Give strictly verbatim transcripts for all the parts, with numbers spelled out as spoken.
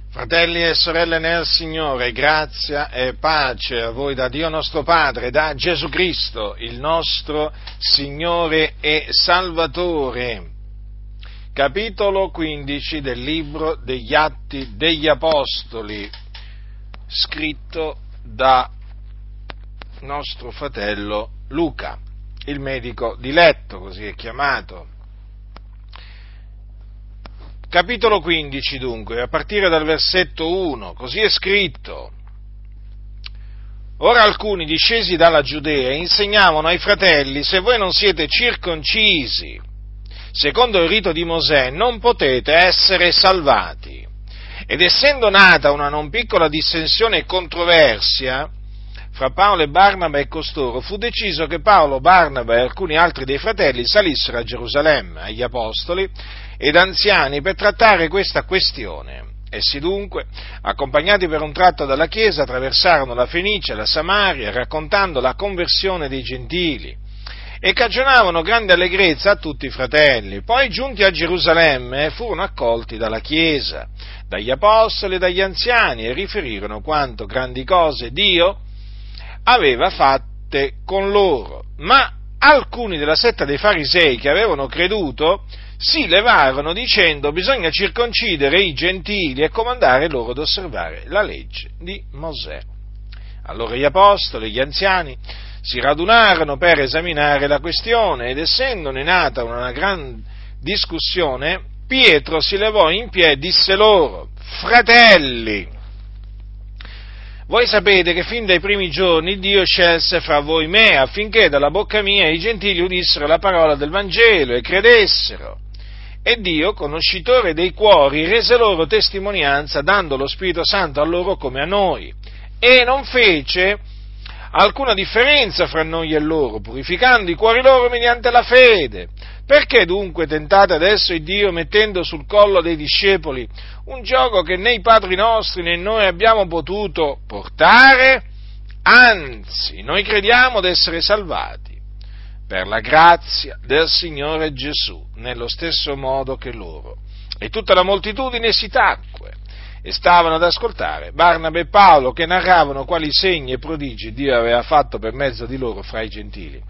Fratelli e sorelle nel Signore, grazia e pace a voi da Dio nostro Padre, da Gesù Cristo, il nostro Signore e Salvatore. Capitolo quindici del libro degli Atti degli Apostoli, scritto da nostro fratello Luca, il medico diletto, così è chiamato. Capitolo quindici dunque, a partire dal versetto uno, così è scritto: Ora alcuni discesi dalla Giudea insegnavano ai fratelli: se voi non siete circoncisi secondo il rito di Mosè non potete essere salvati. Ed essendo nata una non piccola dissensione e controversia fra Paolo e Barnaba e costoro, fu deciso che Paolo, Barnaba e alcuni altri dei fratelli salissero a Gerusalemme, agli apostoli ed anziani, per trattare questa questione. Essi dunque, accompagnati per un tratto dalla Chiesa, attraversarono la Fenicia e la Samaria, raccontando la conversione dei gentili, e cagionavano grande allegrezza a tutti i fratelli. Poi, giunti a Gerusalemme, furono accolti dalla Chiesa, dagli apostoli e dagli anziani, e riferirono quanto grandi cose Dio aveva fatte con loro. Ma alcuni della setta dei farisei che avevano creduto si levarono dicendo: bisogna circoncidere i gentili e comandare loro ad osservare la legge di Mosè. Allora gli apostoli e gli anziani si radunarono per esaminare la questione, ed essendone nata una gran discussione, Pietro si levò in piedi e disse loro: fratelli, voi sapete che fin dai primi giorni Dio scelse fra voi me, affinché dalla bocca mia i gentili udissero la parola del Vangelo e credessero. E Dio, conoscitore dei cuori, rese loro testimonianza, dando lo Spirito Santo a loro come a noi, e non fece alcuna differenza fra noi e loro, purificando i cuori loro mediante la fede. Perché dunque tentate adesso il Dio, mettendo sul collo dei discepoli un giogo che né i padri nostri né noi abbiamo potuto portare? Anzi, noi crediamo d'essere salvati per la grazia del Signore Gesù, nello stesso modo che loro. E tutta la moltitudine si tacque e stavano ad ascoltare Barnaba e Paolo, che narravano quali segni e prodigi Dio aveva fatto per mezzo di loro fra i gentili.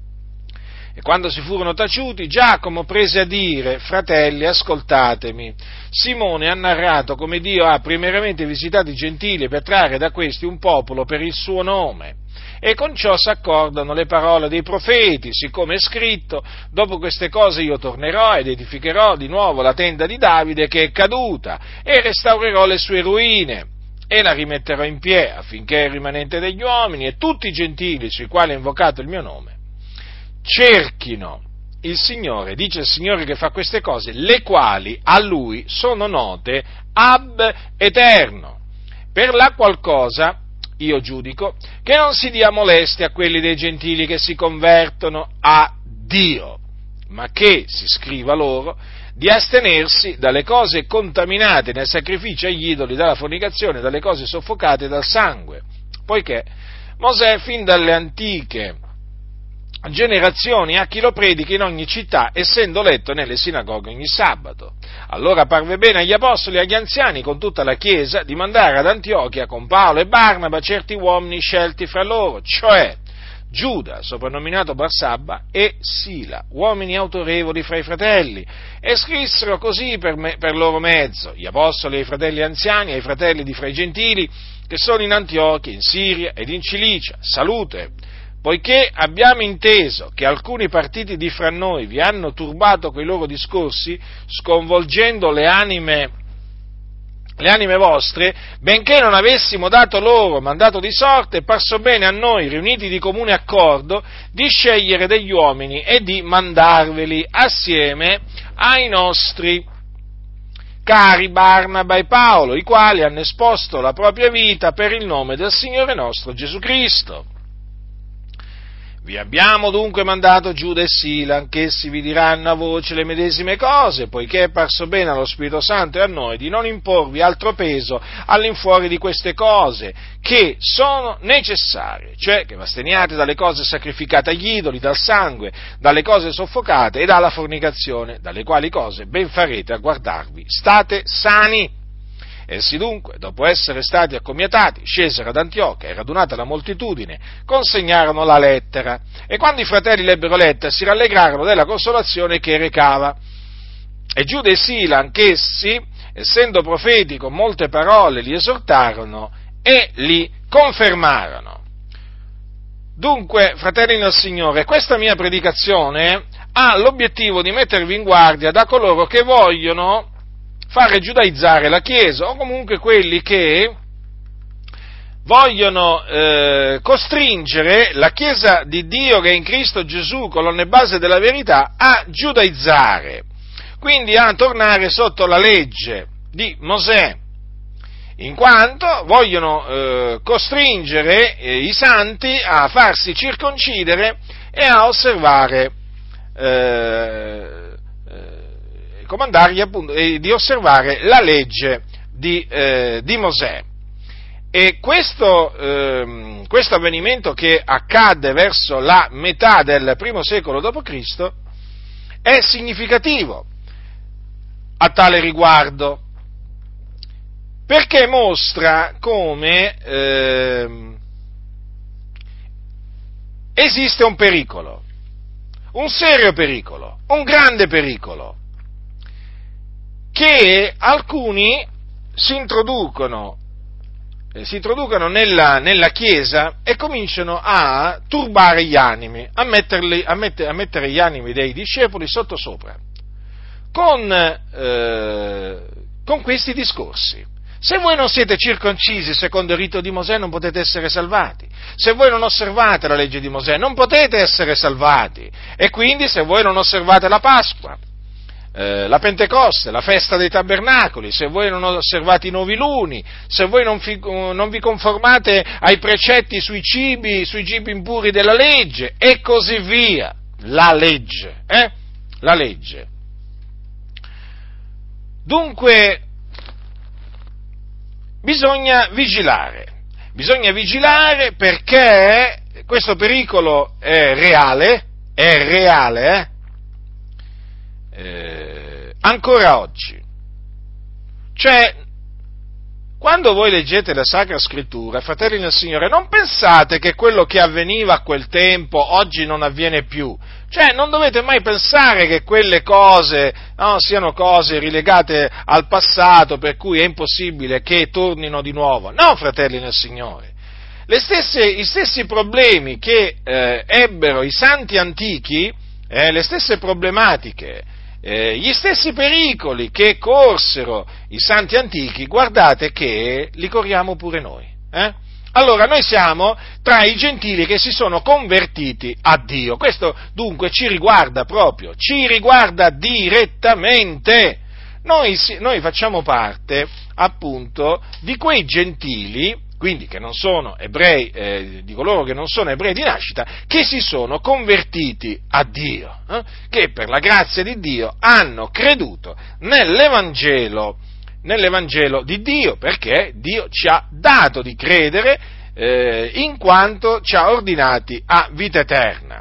E quando si furono taciuti, Giacomo prese a dire: fratelli, ascoltatemi. Simone ha narrato come Dio ha primeramente visitato i gentili per trarre da questi un popolo per il suo nome. E con ciò s'accordano le parole dei profeti, siccome è scritto: dopo queste cose io tornerò ed edificherò di nuovo la tenda di Davide che è caduta, e restaurerò le sue ruine, e la rimetterò in piedi, affinché il rimanente degli uomini e tutti i gentili sui quali è invocato il mio nome cerchino il Signore, dice il Signore che fa queste cose, le quali a Lui sono note ab eterno. Per la qual cosa io giudico che non si dia molestia a quelli dei gentili che si convertono a Dio, ma che si scriva loro di astenersi dalle cose contaminate nel sacrificio agli idoli, dalla fornicazione, dalle cose soffocate dal sangue, poiché Mosè fin dalle antiche generazioni a chi lo predica in ogni città, essendo letto nelle sinagoghe ogni sabato. Allora parve bene agli apostoli e agli anziani con tutta la Chiesa di mandare ad Antiochia con Paolo e Barnaba certi uomini scelti fra loro, cioè Giuda, soprannominato Barsabba, e Sila, uomini autorevoli fra i fratelli, e scrissero così per, me, per loro mezzo: gli apostoli ai fratelli anziani, ai fratelli di fra i gentili che sono in Antiochia, in Siria ed in Cilicia, salute. Poiché abbiamo inteso che alcuni partiti di fra noi vi hanno turbato coi loro discorsi, sconvolgendo le anime, le anime vostre, benché non avessimo dato loro mandato di sorte, è parso bene a noi, riuniti di comune accordo, di scegliere degli uomini e di mandarveli assieme ai nostri cari Barnaba e Paolo, i quali hanno esposto la propria vita per il nome del Signore nostro Gesù Cristo. Vi abbiamo dunque mandato Giuda e Sila, anch'essi vi diranno a voce le medesime cose, poiché è parso bene allo Spirito Santo e a noi di non imporvi altro peso all'infuori di queste cose, che sono necessarie, cioè che v'asteniate dalle cose sacrificate agli idoli, dal sangue, dalle cose soffocate e dalla fornicazione, dalle quali cose ben farete a guardarvi. State sani! Essi dunque, dopo essere stati accomiatati, scesero ad Antiochia e radunata la moltitudine, consegnarono la lettera. E quando i fratelli lebbero lettera, si rallegrarono della consolazione che recava. E Giuda e Sila, anch'essi, essendo profeti con molte parole, li esortarono e li confermarono. Dunque, fratelli nel Signore, questa mia predicazione ha l'obiettivo di mettervi in guardia da coloro che vogliono fare giudaizzare la Chiesa, o comunque quelli che vogliono eh, costringere la Chiesa di Dio che è in Cristo Gesù, colonna e base della verità, a giudaizzare, quindi a tornare sotto la legge di Mosè, in quanto vogliono eh, costringere eh, i santi a farsi circoncidere e a osservare, eh, eh, comandargli appunto eh, di osservare la legge di, eh, di Mosè. E questo, eh, questo avvenimento che accadde verso la metà del primo secolo dopo Cristo è significativo a tale riguardo, perché mostra come eh, esiste un pericolo, un serio pericolo, un grande pericolo, che alcuni si introducono, eh, si introducono nella, nella Chiesa e cominciano a turbare gli animi, a, metterli, a, mette, a mettere gli animi dei discepoli sottosopra, con, eh, con questi discorsi. Se voi non siete circoncisi secondo il rito di Mosè non potete essere salvati, se voi non osservate la legge di Mosè non potete essere salvati, e quindi se voi non osservate la Pasqua, eh, la Pentecoste, la festa dei tabernacoli, se voi non osservate i nuovi luni, se voi non, fi, non vi conformate ai precetti sui cibi, sui cibi impuri della legge, e così via, la legge, eh? La legge. Dunque, bisogna vigilare, bisogna vigilare perché questo pericolo è reale, è reale, eh? Eh, ancora oggi. Cioè, quando voi leggete la Sacra Scrittura, fratelli nel Signore, non pensate che quello che avveniva a quel tempo oggi non avviene più. Cioè, non dovete mai pensare che quelle cose no, siano cose rilegate al passato, per cui è impossibile che tornino di nuovo. No, fratelli nel Signore. Le stesse, gli stessi problemi che eh, ebbero i santi antichi, eh, le stesse problematiche, eh, gli stessi pericoli che corsero i santi antichi, guardate che li corriamo pure noi. Eh? Allora, noi siamo tra i gentili che si sono convertiti a Dio. Questo dunque ci riguarda proprio, ci riguarda direttamente. Noi, noi facciamo parte, appunto, di quei gentili, quindi che non sono ebrei, eh, di coloro che non sono ebrei di nascita, che si sono convertiti a Dio, eh? Che per la grazia di Dio hanno creduto nell'Evangelo, nell'Evangelo di Dio, perché Dio ci ha dato di credere eh, in quanto ci ha ordinati a vita eterna.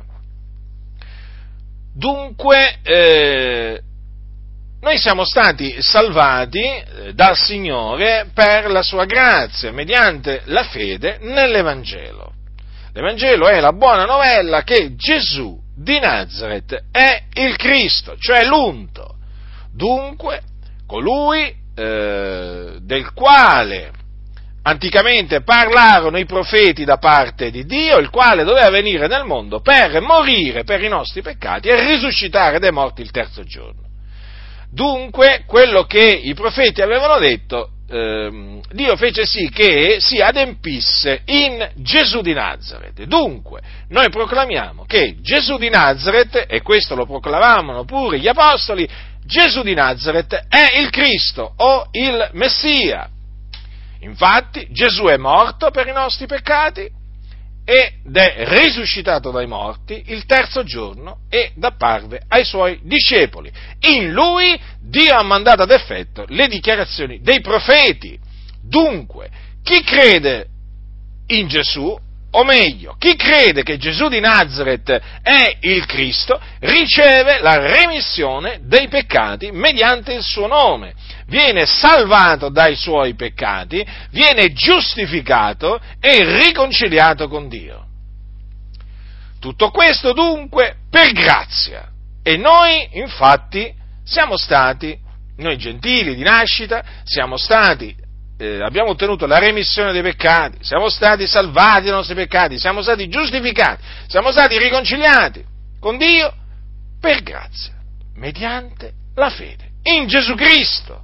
Dunque, eh, noi siamo stati salvati eh, dal Signore per la sua grazia, mediante la fede nell'Evangelo. L'Evangelo è la buona novella che Gesù di Nazaret è il Cristo, cioè l'unto. Dunque, colui eh, del quale anticamente parlarono i profeti da parte di Dio, il quale doveva venire nel mondo per morire per i nostri peccati e risuscitare dai morti il terzo giorno. Dunque, quello che i profeti avevano detto, ehm, Dio fece sì che si adempisse in Gesù di Nazaret. Dunque, noi proclamiamo che Gesù di Nazaret, e questo lo proclamavano pure gli apostoli, Gesù di Nazaret è il Cristo o il Messia. Infatti, Gesù è morto per i nostri peccati ed è risuscitato dai morti il terzo giorno ed apparve ai suoi discepoli. In lui Dio ha mandato ad effetto le dichiarazioni dei profeti. Dunque, chi crede in Gesù, o meglio, chi crede che Gesù di Nazaret è il Cristo, riceve la remissione dei peccati mediante il suo nome, viene salvato dai suoi peccati, viene giustificato e riconciliato con Dio. Tutto questo dunque per grazia. E noi, infatti, siamo stati, noi gentili di nascita, siamo stati, eh, abbiamo ottenuto la remissione dei peccati, siamo stati salvati dai nostri peccati, siamo stati giustificati, siamo stati riconciliati con Dio per grazia, mediante la fede in Gesù Cristo.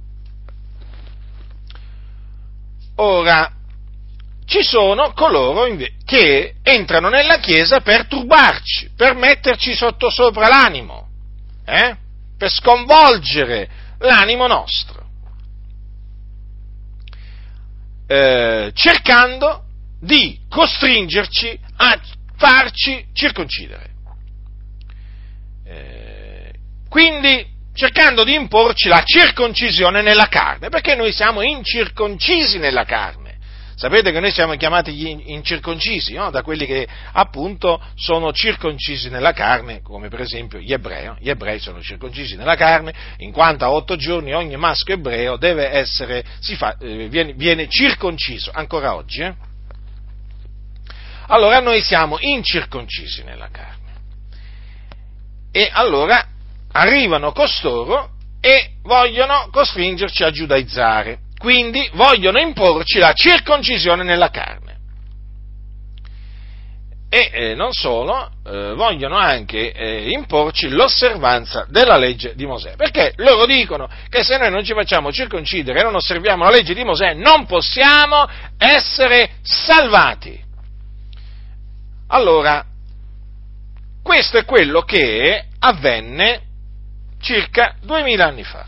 Ora, ci sono coloro che entrano nella Chiesa per turbarci, per metterci sottosopra l'animo, eh? per sconvolgere l'animo nostro, eh, cercando di costringerci a farci circoncidere. Eh, quindi cercando di imporci la circoncisione nella carne, perché noi siamo incirconcisi nella carne. Sapete che noi siamo chiamati gli incirconcisi, no? Da quelli che appunto sono circoncisi nella carne, come per esempio gli ebrei. No? Gli ebrei sono circoncisi nella carne, in quanto a otto giorni ogni maschio ebreo deve essere, si fa, eh, viene, viene circonciso, ancora oggi. Eh? Allora noi siamo incirconcisi nella carne. E allora arrivano costoro e vogliono costringerci a giudaizzare. Quindi vogliono imporci la circoncisione nella carne. E eh, non solo, eh, vogliono anche eh, imporci l'osservanza della legge di Mosè. Perché loro dicono che se noi non ci facciamo circoncidere e non osserviamo la legge di Mosè, non possiamo essere salvati. Allora, questo è quello che avvenne circa duemila anni fa.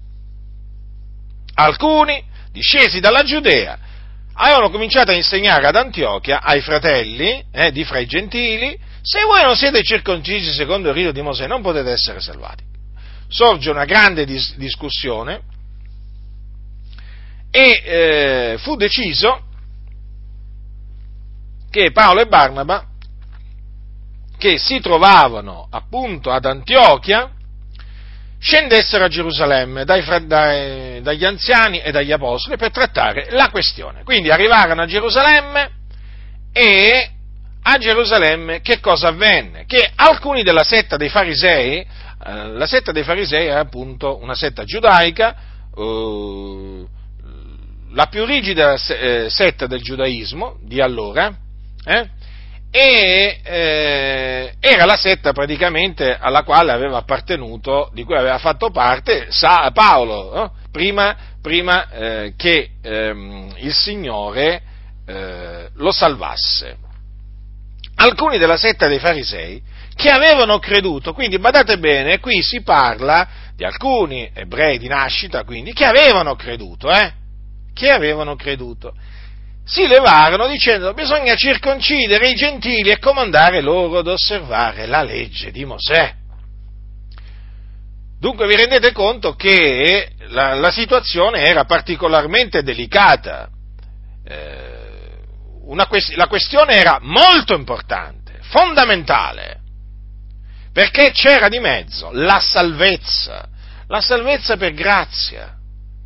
Alcuni, discesi dalla Giudea, avevano cominciato a insegnare ad Antiochia ai fratelli eh, di fra i gentili: se voi non siete circoncisi secondo il rito di Mosè non potete essere salvati. Sorge una grande dis- discussione e eh, fu deciso che Paolo e Barnaba, che si trovavano appunto ad Antiochia, scendessero a Gerusalemme dai, dai, dagli anziani e dagli apostoli per trattare la questione. Quindi arrivarono a Gerusalemme e a Gerusalemme che cosa avvenne? Che alcuni della setta dei farisei, eh, la setta dei farisei era appunto una setta giudaica, eh, la più rigida eh, setta del giudaismo di allora, eh? E eh, era la setta praticamente alla quale aveva appartenuto, di cui aveva fatto parte Sa- Paolo, no? prima, prima eh, che ehm, il Signore eh, lo salvasse. Alcuni della setta dei farisei che avevano creduto, quindi badate bene, qui si parla di alcuni ebrei di nascita, quindi, che avevano creduto, eh? che avevano creduto. Si levarono dicendo: bisogna circoncidere i gentili e comandare loro ad osservare la legge di Mosè. Dunque vi rendete conto che la, la situazione era particolarmente delicata, eh, una quest- la questione era molto importante, fondamentale, perché c'era di mezzo la salvezza, la salvezza per grazia.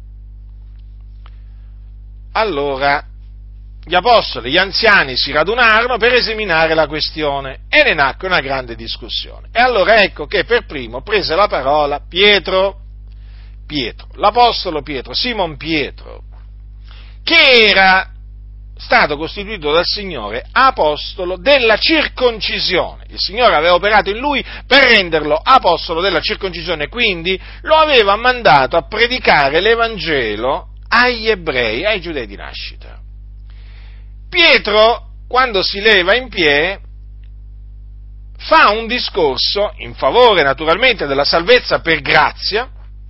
Allora, gli apostoli, gli anziani si radunarono per esaminare la questione e ne nacque una grande discussione. E allora ecco che per primo prese la parola Pietro, Pietro, l'apostolo Pietro, Simon Pietro, che era stato costituito dal Signore apostolo della circoncisione. Il Signore aveva operato in lui per renderlo apostolo della circoncisione, quindi lo aveva mandato a predicare l'Evangelo agli ebrei, ai giudei di nascita. Pietro, quando si leva in piedi, fa un discorso in favore naturalmente della salvezza per grazia,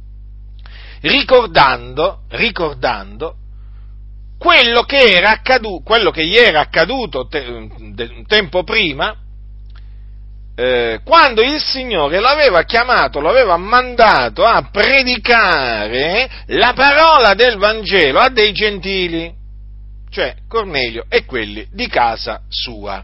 ricordando, ricordando quello che era accaduto, quello che gli era accaduto te, de, tempo prima, eh, quando il Signore l'aveva chiamato, lo aveva mandato a predicare la parola del Vangelo a dei gentili, cioè Cornelio e quelli di casa sua.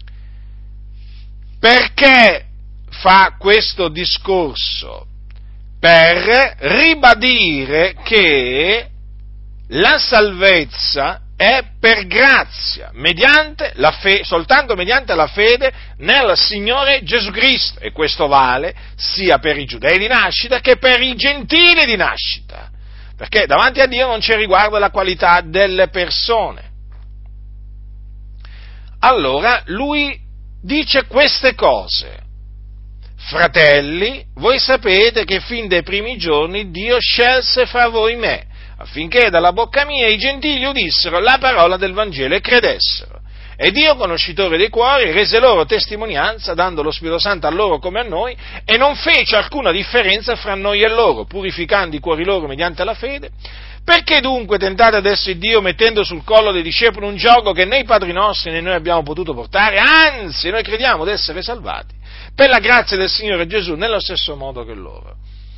Perché fa questo discorso per ribadire che la salvezza è per grazia, mediante la fe- soltanto mediante la fede nel Signore Gesù Cristo, e questo vale sia per i giudei di nascita che per i gentili di nascita, perché davanti a Dio non c'è riguardo alla qualità delle persone. Allora lui dice queste cose: fratelli, voi sapete che fin dai primi giorni Dio scelse fra voi me, affinché dalla bocca mia i gentili udissero la parola del Vangelo e credessero. E Dio, conoscitore dei cuori, rese loro testimonianza, dando lo Spirito Santo a loro come a noi, e non fece alcuna differenza fra noi e loro, purificando i cuori loro mediante la fede. Perché dunque tentate adesso il Dio mettendo sul collo dei discepoli un gioco che né i padri nostri né noi abbiamo potuto portare? Anzi, noi crediamo di essere salvati per la grazia del Signore Gesù, nello stesso modo che loro.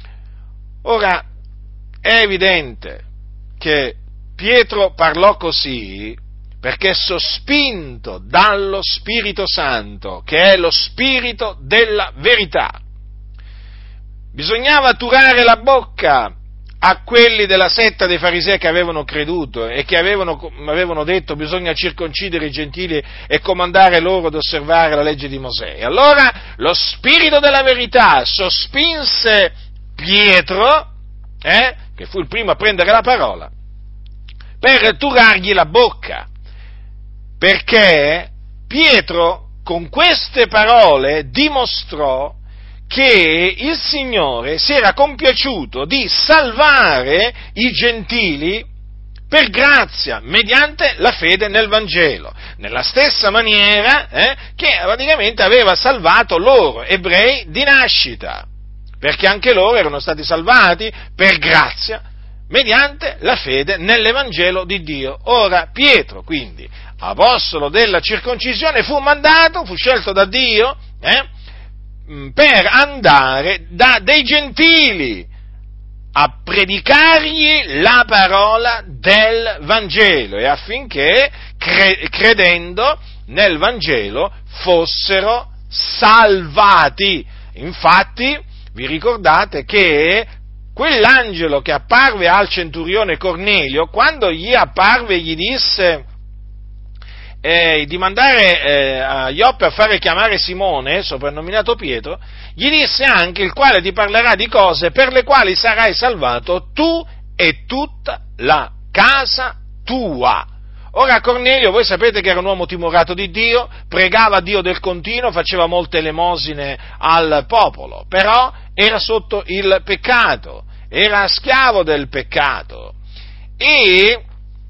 Ora, è evidente che Pietro parlò così perché sospinto dallo Spirito Santo, che è lo Spirito della verità. Bisognava turare la bocca a quelli della setta dei farisei che avevano creduto e che avevano, avevano detto bisogna circoncidere i gentili e comandare loro ad osservare la legge di Mosè. E allora lo Spirito della verità sospinse Pietro, eh, che fu il primo a prendere la parola, per turargli la bocca, perché Pietro con queste parole dimostrò che il Signore si era compiaciuto di salvare i gentili per grazia, mediante la fede nel Vangelo, nella stessa maniera eh, che praticamente aveva salvato loro, ebrei di nascita, perché anche loro erano stati salvati per grazia, mediante la fede nell'Evangelo di Dio. Ora Pietro, quindi, apostolo della circoncisione, fu mandato, fu scelto da Dio, eh, per andare da dei gentili a predicargli la parola del Vangelo e affinché, cre- credendo nel Vangelo, fossero salvati. Infatti, vi ricordate che quell'angelo che apparve al centurione Cornelio, quando gli apparve gli disse eh, di mandare eh, a Ioppe a fare chiamare Simone, soprannominato Pietro, gli disse anche: il quale ti parlerà di cose per le quali sarai salvato tu e tutta la casa tua. Ora Cornelio, voi sapete che era un uomo timorato di Dio, pregava Dio del continuo, faceva molte elemosine al popolo, però era sotto il peccato, era schiavo del peccato e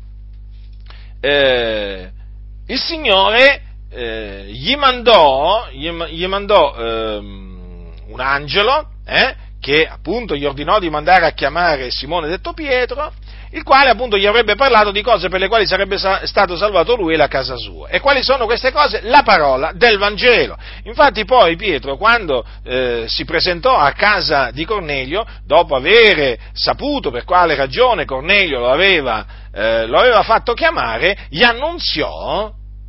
eh, il Signore eh, gli mandò, gli, gli mandò eh, un angelo eh, che appunto gli ordinò di mandare a chiamare Simone detto Pietro, il quale appunto gli avrebbe parlato di cose per le quali sarebbe sa- stato salvato lui e la casa sua. E quali sono queste cose? La parola del Vangelo. Infatti poi Pietro, quando eh, si presentò a casa di Cornelio, dopo avere saputo per quale ragione Cornelio lo aveva, eh, lo aveva fatto chiamare, gli annunziò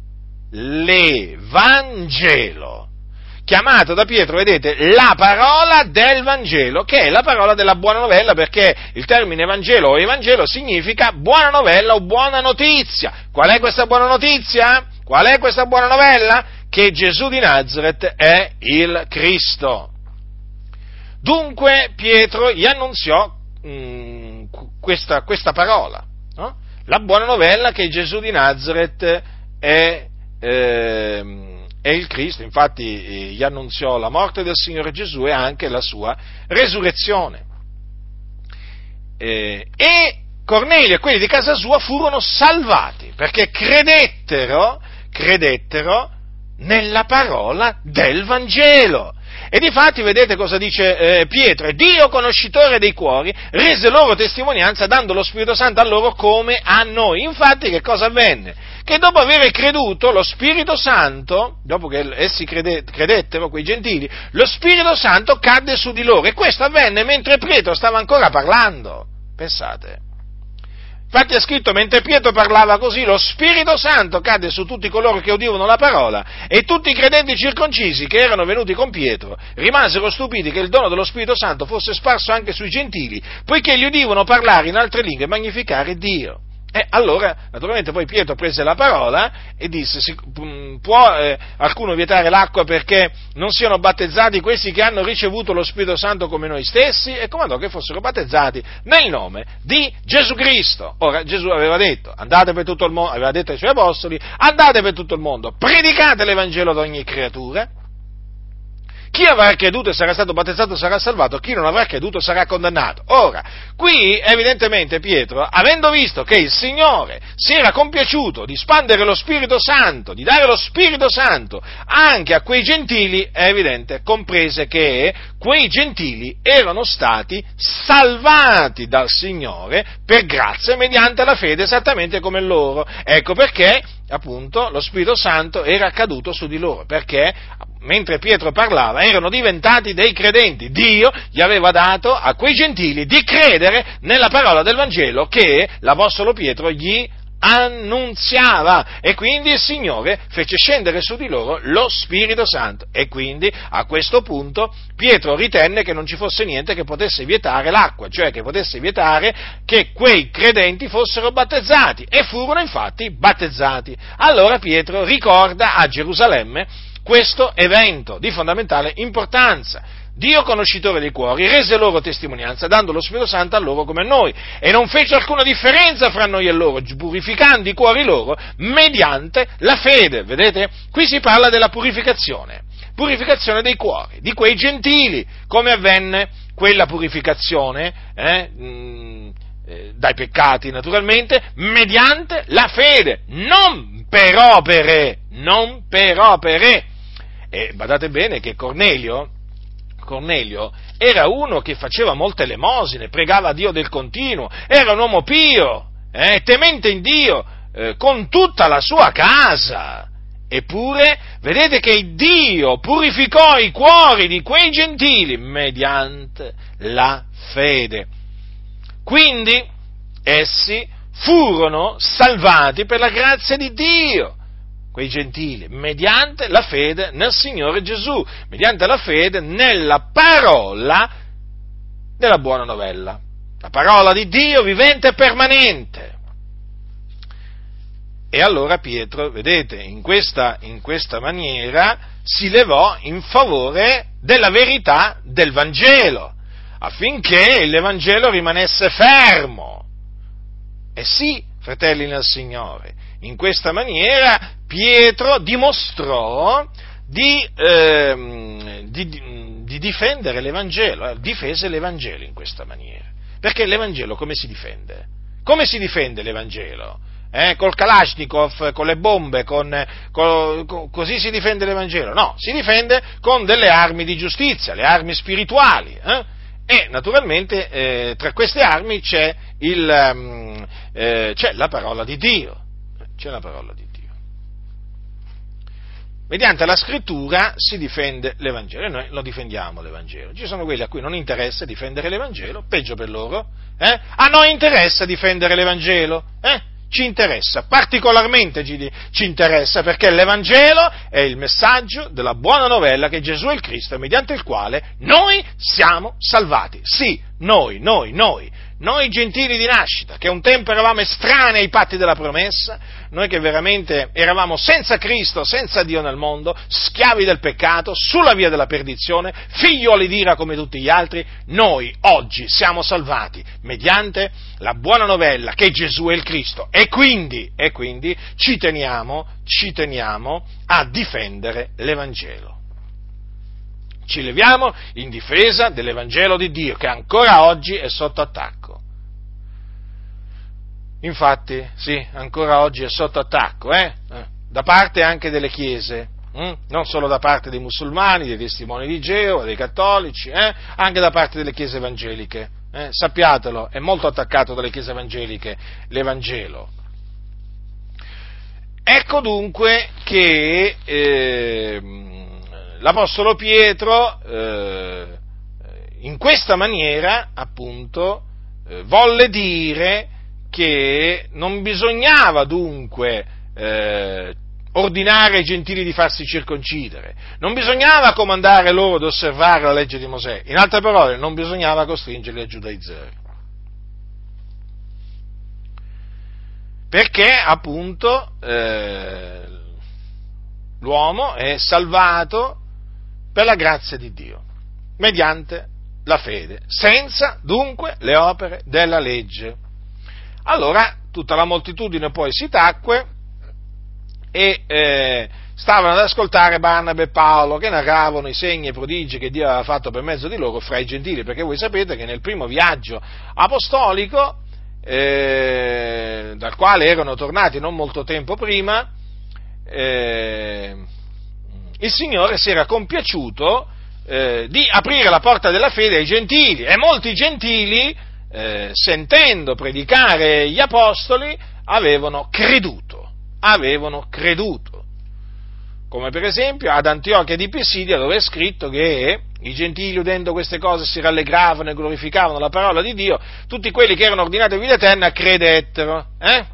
l'Evangelo. Chiamato da Pietro, vedete, la parola del Vangelo, che è la parola della buona novella, perché il termine Vangelo o Evangelo significa buona novella o buona notizia. Qual è questa buona notizia? Qual è questa buona novella? Che Gesù di Nazaret è il Cristo. Dunque Pietro gli annunziò mh, questa, questa parola, no? La buona novella che Gesù di Nazaret è eh, è il Cristo. Infatti eh, gli annunziò la morte del Signore Gesù e anche la sua resurrezione. Eh, e Cornelio e quelli di casa sua furono salvati, perché credettero, credettero nella parola del Vangelo. E difatti vedete cosa dice eh, Pietro: Dio, conoscitore dei cuori, rese loro testimonianza dando lo Spirito Santo a loro come a noi. Infatti che cosa avvenne? Che dopo aver creduto lo Spirito Santo, dopo che essi crede, credettero, quei gentili, lo Spirito Santo cadde su di loro, e questo avvenne mentre Pietro stava ancora parlando. Pensate. Infatti è scritto, mentre Pietro parlava così, lo Spirito Santo cadde su tutti coloro che udivano la parola, e tutti i credenti circoncisi che erano venuti con Pietro rimasero stupiti che il dono dello Spirito Santo fosse sparso anche sui gentili, poiché gli udivano parlare in altre lingue e magnificare Dio. E allora, naturalmente, poi Pietro prese la parola e disse, può eh, qualcuno vietare l'acqua perché non siano battezzati questi che hanno ricevuto lo Spirito Santo come noi stessi? E comandò che fossero battezzati nel nome di Gesù Cristo. Ora, Gesù aveva detto, andate per tutto il mondo, aveva detto ai suoi apostoli, andate per tutto il mondo, predicate l'Evangelo ad ogni creatura. Chi avrà creduto e sarà stato battezzato sarà salvato, chi non avrà creduto sarà condannato. Ora, qui evidentemente Pietro, avendo visto che il Signore si era compiaciuto di spandere lo Spirito Santo, di dare lo Spirito Santo anche a quei gentili, è evidente, comprese che quei gentili erano stati salvati dal Signore per grazia mediante la fede esattamente come loro. Ecco perché, appunto, lo Spirito Santo era caduto su di loro, perché mentre Pietro parlava erano diventati dei credenti. Dio gli aveva dato a quei gentili di credere nella parola del Vangelo che l'Apostolo Pietro gli annunziava, e quindi il Signore fece scendere su di loro lo Spirito Santo, e quindi a questo punto Pietro ritenne che non ci fosse niente che potesse vietare l'acqua, cioè che potesse vietare che quei credenti fossero battezzati, e furono infatti battezzati. Allora Pietro ricorda a Gerusalemme questo evento di fondamentale importanza. Dio, conoscitore dei cuori, rese loro testimonianza, dando lo Spirito Santo a loro come a noi, e non fece alcuna differenza fra noi e loro, purificando i cuori loro mediante la fede. Vedete? Qui si parla della purificazione, purificazione dei cuori, di quei gentili. Come avvenne quella purificazione? Eh, mh, eh, dai peccati, naturalmente, mediante la fede, non per opere, non per opere. E badate bene che Cornelio, Cornelio era uno che faceva molte elemosine, pregava Dio del continuo, era un uomo pio, eh, temente in Dio, eh, con tutta la sua casa. Eppure, vedete che Dio purificò i cuori di quei gentili mediante la fede. Quindi, essi furono salvati per la grazia di Dio, quei gentili, mediante la fede nel Signore Gesù, mediante la fede nella parola della buona novella, la parola di Dio vivente e permanente. E allora Pietro, vedete, in questa, in questa maniera si levò in favore della verità del Vangelo, affinché l'Evangelo rimanesse fermo. E sì, fratelli nel Signore, in questa maniera Pietro dimostrò di, eh, di, di difendere l'Evangelo, eh, difese l'Evangelo in questa maniera. Perché l'Evangelo come si difende? Come si difende l'Evangelo? Eh, col Kalashnikov, con le bombe, con, con, con, così si difende l'Evangelo? No, si difende con delle armi di giustizia, le armi spirituali, eh? E naturalmente eh, tra queste armi c'è, il, um, eh, c'è la parola di Dio, c'è la parola di Dio. Mediante la scrittura si difende l'Evangelo, e noi lo difendiamo l'Evangelo. Ci sono quelli a cui non interessa difendere l'Evangelo, peggio per loro, eh? A noi interessa difendere l'Evangelo, eh? Ci interessa, particolarmente ci, ci interessa, perché l'Evangelo è il messaggio della buona novella che Gesù è il Cristo, mediante il quale noi siamo salvati. Sì, noi, noi, noi, noi gentili di nascita, che un tempo eravamo estranei ai patti della promessa, noi che veramente eravamo senza Cristo, senza Dio nel mondo, schiavi del peccato, sulla via della perdizione, figlioli d'ira come tutti gli altri, noi oggi siamo salvati mediante la buona novella che Gesù è il Cristo, e quindi, e quindi ci teniamo, ci teniamo a difendere l'Evangelo. Ci leviamo in difesa dell'Evangelo di Dio, che ancora oggi è sotto attacco. Infatti, sì, ancora oggi è sotto attacco, eh? Da parte anche delle chiese, hm? Non solo da parte dei musulmani, dei testimoni di Geova, dei cattolici, eh? Anche da parte delle chiese evangeliche. Eh? Sappiatelo, è molto attaccato dalle chiese evangeliche l'Evangelo. Ecco dunque che eh, l'Apostolo Pietro eh, in questa maniera, appunto, eh, volle dire che non bisognava dunque eh, ordinare ai gentili di farsi circoncidere, non bisognava comandare loro ad osservare la legge di Mosè, in altre parole non bisognava costringerli a giudaizzare, perché appunto eh, l'uomo è salvato per la grazia di Dio, mediante la fede, senza dunque le opere della legge. Allora tutta la moltitudine poi si tacque e eh, stavano ad ascoltare Barnaba e Paolo che narravano i segni e i prodigi che Dio aveva fatto per mezzo di loro fra i gentili, perché voi sapete che nel primo viaggio apostolico, eh, dal quale erano tornati non molto tempo prima, eh, il Signore si era compiaciuto eh, di aprire la porta della fede ai gentili, e molti gentili, eh, sentendo predicare gli apostoli, avevano creduto, avevano creduto, come per esempio ad Antiochia di Pisidia, dove è scritto che i gentili, udendo queste cose, si rallegravano e glorificavano la parola di Dio. Tutti quelli che erano ordinati a vita eterna credettero. Eh?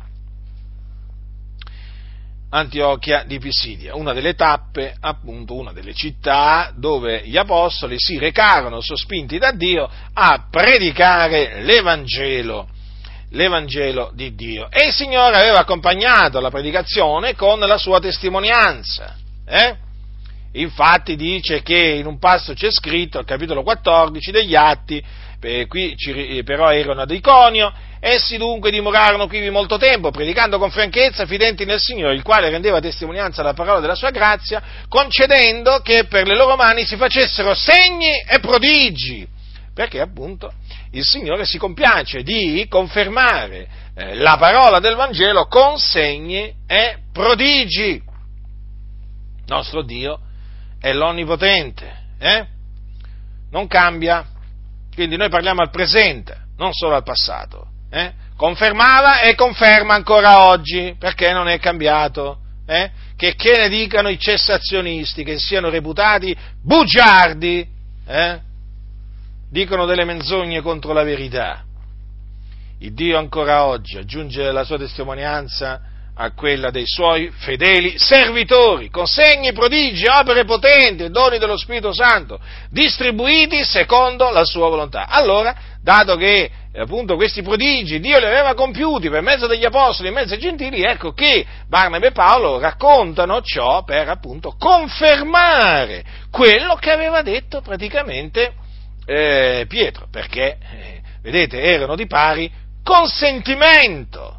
Antiochia di Pisidia, una delle tappe, appunto, una delle città dove gli apostoli si recarono sospinti da Dio a predicare l'Evangelo, l'Evangelo di Dio. E il Signore aveva accompagnato la predicazione con la sua testimonianza. Eh? Infatti dice che in un passo c'è scritto, al capitolo quattordici degli Atti, eh, qui ci, però erano ad Iconio, essi dunque dimorarono qui molto tempo, predicando con franchezza, fidenti nel Signore, il quale rendeva testimonianza alla parola della sua grazia, concedendo che per le loro mani si facessero segni e prodigi, perché appunto il Signore si compiace di confermare eh, la parola del Vangelo con segni e prodigi. Nostro Dio è l'Onnipotente, eh? Non cambia, quindi noi parliamo al presente, non solo al passato. Eh? Confermava e conferma ancora oggi, perché non è cambiato. Eh? Che, che ne dicano i cessazionisti, che siano reputati bugiardi, eh? Dicono delle menzogne contro la verità. Il Dio ancora oggi aggiunge la sua testimonianza a quella dei suoi fedeli servitori, con segni, prodigi, opere potenti e doni dello Spirito Santo, distribuiti secondo la sua volontà. Allora, dato che appunto questi prodigi Dio li aveva compiuti per mezzo degli apostoli e mezzo ai gentili, ecco che Barnaba e Paolo raccontano ciò per appunto confermare quello che aveva detto praticamente eh, Pietro, perché, eh, vedete, erano di pari consentimento.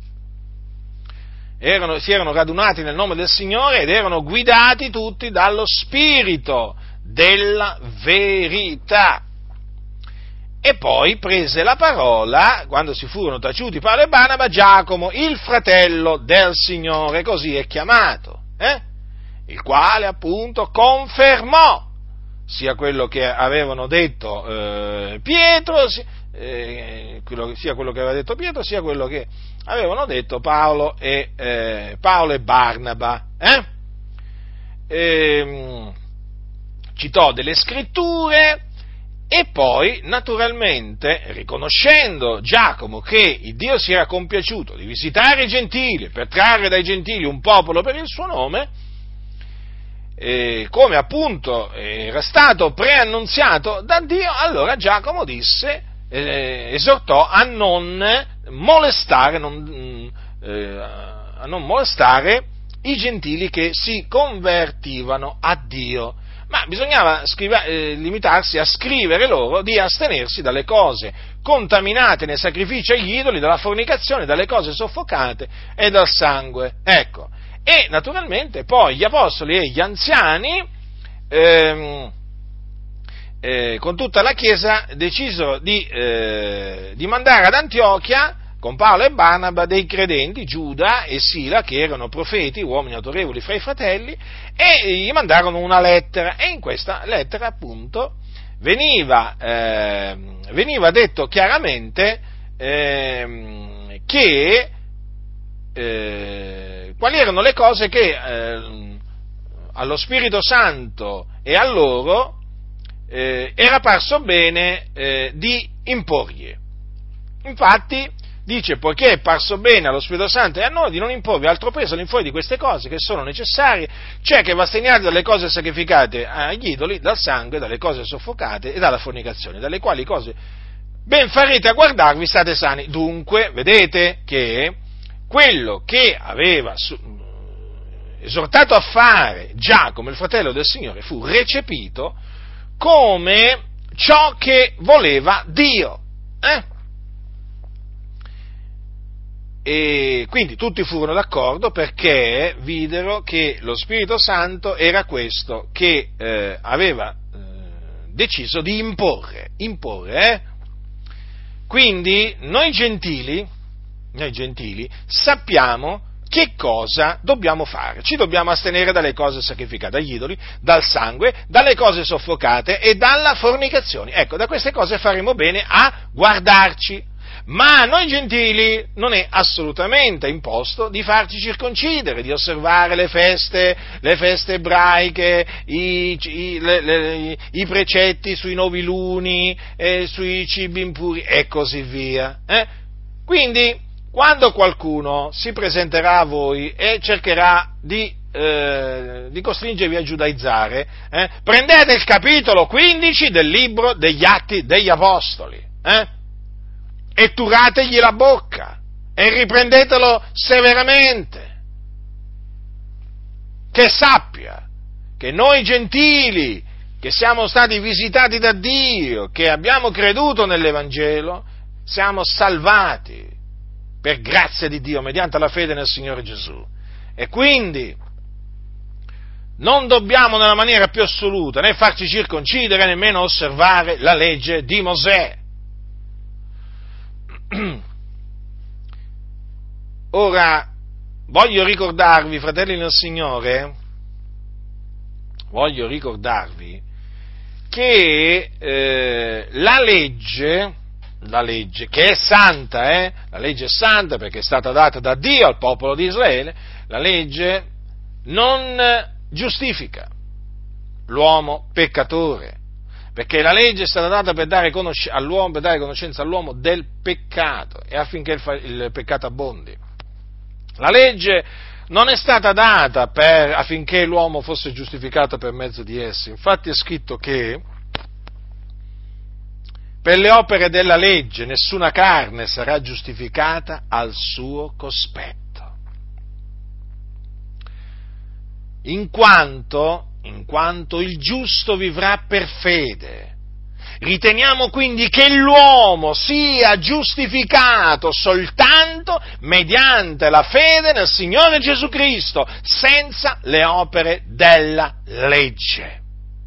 Erano, si erano radunati nel nome del Signore ed erano guidati tutti dallo Spirito della verità. E poi prese la parola, quando si furono taciuti Paolo e Barnaba, Giacomo, il fratello del Signore, così è chiamato, eh? Il quale appunto confermò sia quello che avevano detto eh, Pietro, sia, eh, quello, sia quello che aveva detto Pietro, sia quello che avevano detto Paolo e, eh, Paolo e Barnaba. Eh? E, citò delle scritture e poi, naturalmente, riconoscendo Giacomo che il Dio si era compiaciuto di visitare i gentili per trarre dai gentili un popolo per il suo nome, eh, come appunto era stato preannunziato da Dio, allora Giacomo disse, eh, esortò a non molestare, non, eh, a non molestare i gentili che si convertivano a Dio, ma bisognava scrive, eh, limitarsi a scrivere loro di astenersi dalle cose contaminate nei sacrifici agli idoli, dalla fornicazione, dalle cose soffocate e dal sangue. Ecco. E naturalmente poi gli apostoli e gli anziani, ehm, eh, con tutta la Chiesa, decisero di, eh, di mandare ad Antiochia, con Paolo e Barnaba, dei credenti, Giuda e Sila, che erano profeti, uomini autorevoli fra i fratelli, e gli mandarono una lettera, e in questa lettera appunto veniva, eh, veniva detto chiaramente eh, che eh, quali erano le cose che eh, allo Spirito Santo e a loro eh, era parso bene eh, di imporgli. Infatti dice, poiché è parso bene allo Spirito Santo e a noi di non imporvi altro peso all'infuori di queste cose che sono necessarie, cioè che va segnati dalle cose sacrificate agli idoli, dal sangue, dalle cose soffocate e dalla fornicazione, dalle quali cose ben farete a guardarvi, state sani. Dunque, vedete che quello che aveva esortato a fare Giacomo, il fratello del Signore, fu recepito come ciò che voleva Dio. Eh? E quindi tutti furono d'accordo perché videro che lo Spirito Santo era questo che eh, aveva eh, deciso di imporre, imporre, eh? Quindi noi gentili, noi gentili sappiamo che cosa dobbiamo fare. Ci dobbiamo astenere dalle cose sacrificate agli idoli, dal sangue, dalle cose soffocate e dalla fornicazione. Ecco, da queste cose faremo bene a guardarci. Ma a noi gentili non è assolutamente imposto di farci circoncidere, di osservare le feste, le feste ebraiche, i, i, le, le, i precetti sui noviluni, eh, sui cibi impuri e così via. Eh? Quindi, quando qualcuno si presenterà a voi e cercherà di, eh, di costringervi a giudaizzare, eh, prendete il capitolo quindici del libro degli Atti degli Apostoli, eh? E turategli la bocca e riprendetelo severamente, che sappia che noi gentili, che siamo stati visitati da Dio, che abbiamo creduto nell'Evangelo, siamo salvati per grazia di Dio mediante la fede nel Signore Gesù. E quindi non dobbiamo nella maniera più assoluta né farci circoncidere, nemmeno osservare la legge di Mosè. Ora, voglio ricordarvi, fratelli nel Signore, voglio ricordarvi che eh, la legge, la legge che è santa, eh, la legge è santa perché è stata data da Dio al popolo di Israele, la legge non giustifica l'uomo peccatore, perché la legge è stata data per dare, conosc- all'uomo, per dare conoscenza all'uomo del peccato e affinché il, fa- il peccato abbondi. La legge non è stata data per, affinché l'uomo fosse giustificato per mezzo di essa. Infatti è scritto che per le opere della legge nessuna carne sarà giustificata al suo cospetto, in quanto in quanto il giusto vivrà per fede. Riteniamo quindi che l'uomo sia giustificato soltanto mediante la fede nel Signore Gesù Cristo, senza le opere della legge.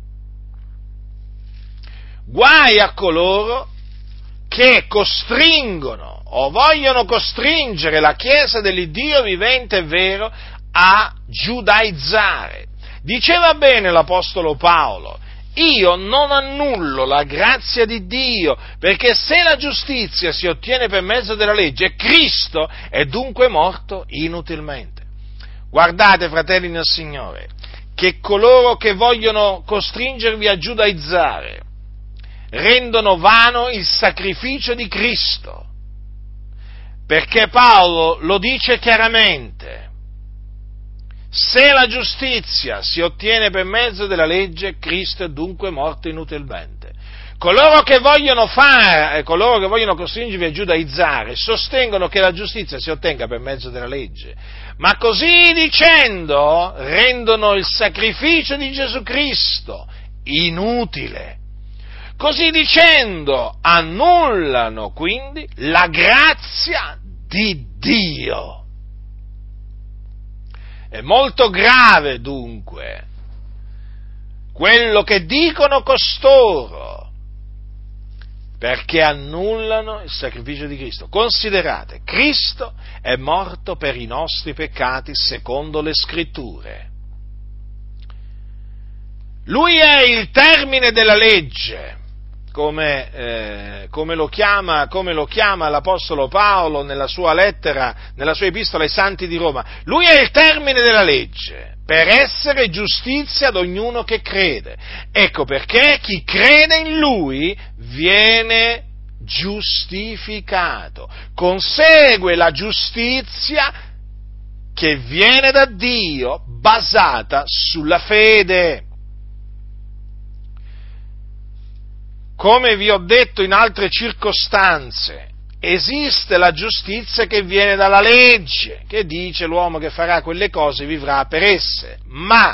Guai a coloro che costringono o vogliono costringere la Chiesa dell'Iddio vivente e vero a giudaizzare. Diceva bene l'Apostolo Paolo: io non annullo la grazia di Dio, perché se la giustizia si ottiene per mezzo della legge, Cristo è dunque morto inutilmente. Guardate, fratelli nel Signore, che coloro che vogliono costringervi a giudaizzare rendono vano il sacrificio di Cristo, perché Paolo lo dice chiaramente: se la giustizia si ottiene per mezzo della legge, Cristo è dunque morto inutilmente. Coloro che vogliono fare, coloro che vogliono costringervi a giudaizzare, sostengono che la giustizia si ottenga per mezzo della legge, ma così dicendo rendono il sacrificio di Gesù Cristo inutile. Così dicendo annullano quindi la grazia di Dio. È molto grave dunque quello che dicono costoro, perché annullano il sacrificio di Cristo. Considerate, Cristo è morto per i nostri peccati secondo le Scritture. Lui è il termine della legge, come, eh, come, lo chiama, come lo chiama l'Apostolo Paolo nella sua lettera, nella sua epistola ai Santi di Roma. Lui è il termine della legge, per essere giustizia ad ognuno che crede. Ecco perché chi crede in Lui viene giustificato. Consegue la giustizia che viene da Dio, basata sulla fede. Come vi ho detto in altre circostanze, esiste la giustizia che viene dalla legge, che dice l'uomo che farà quelle cose vivrà per esse, ma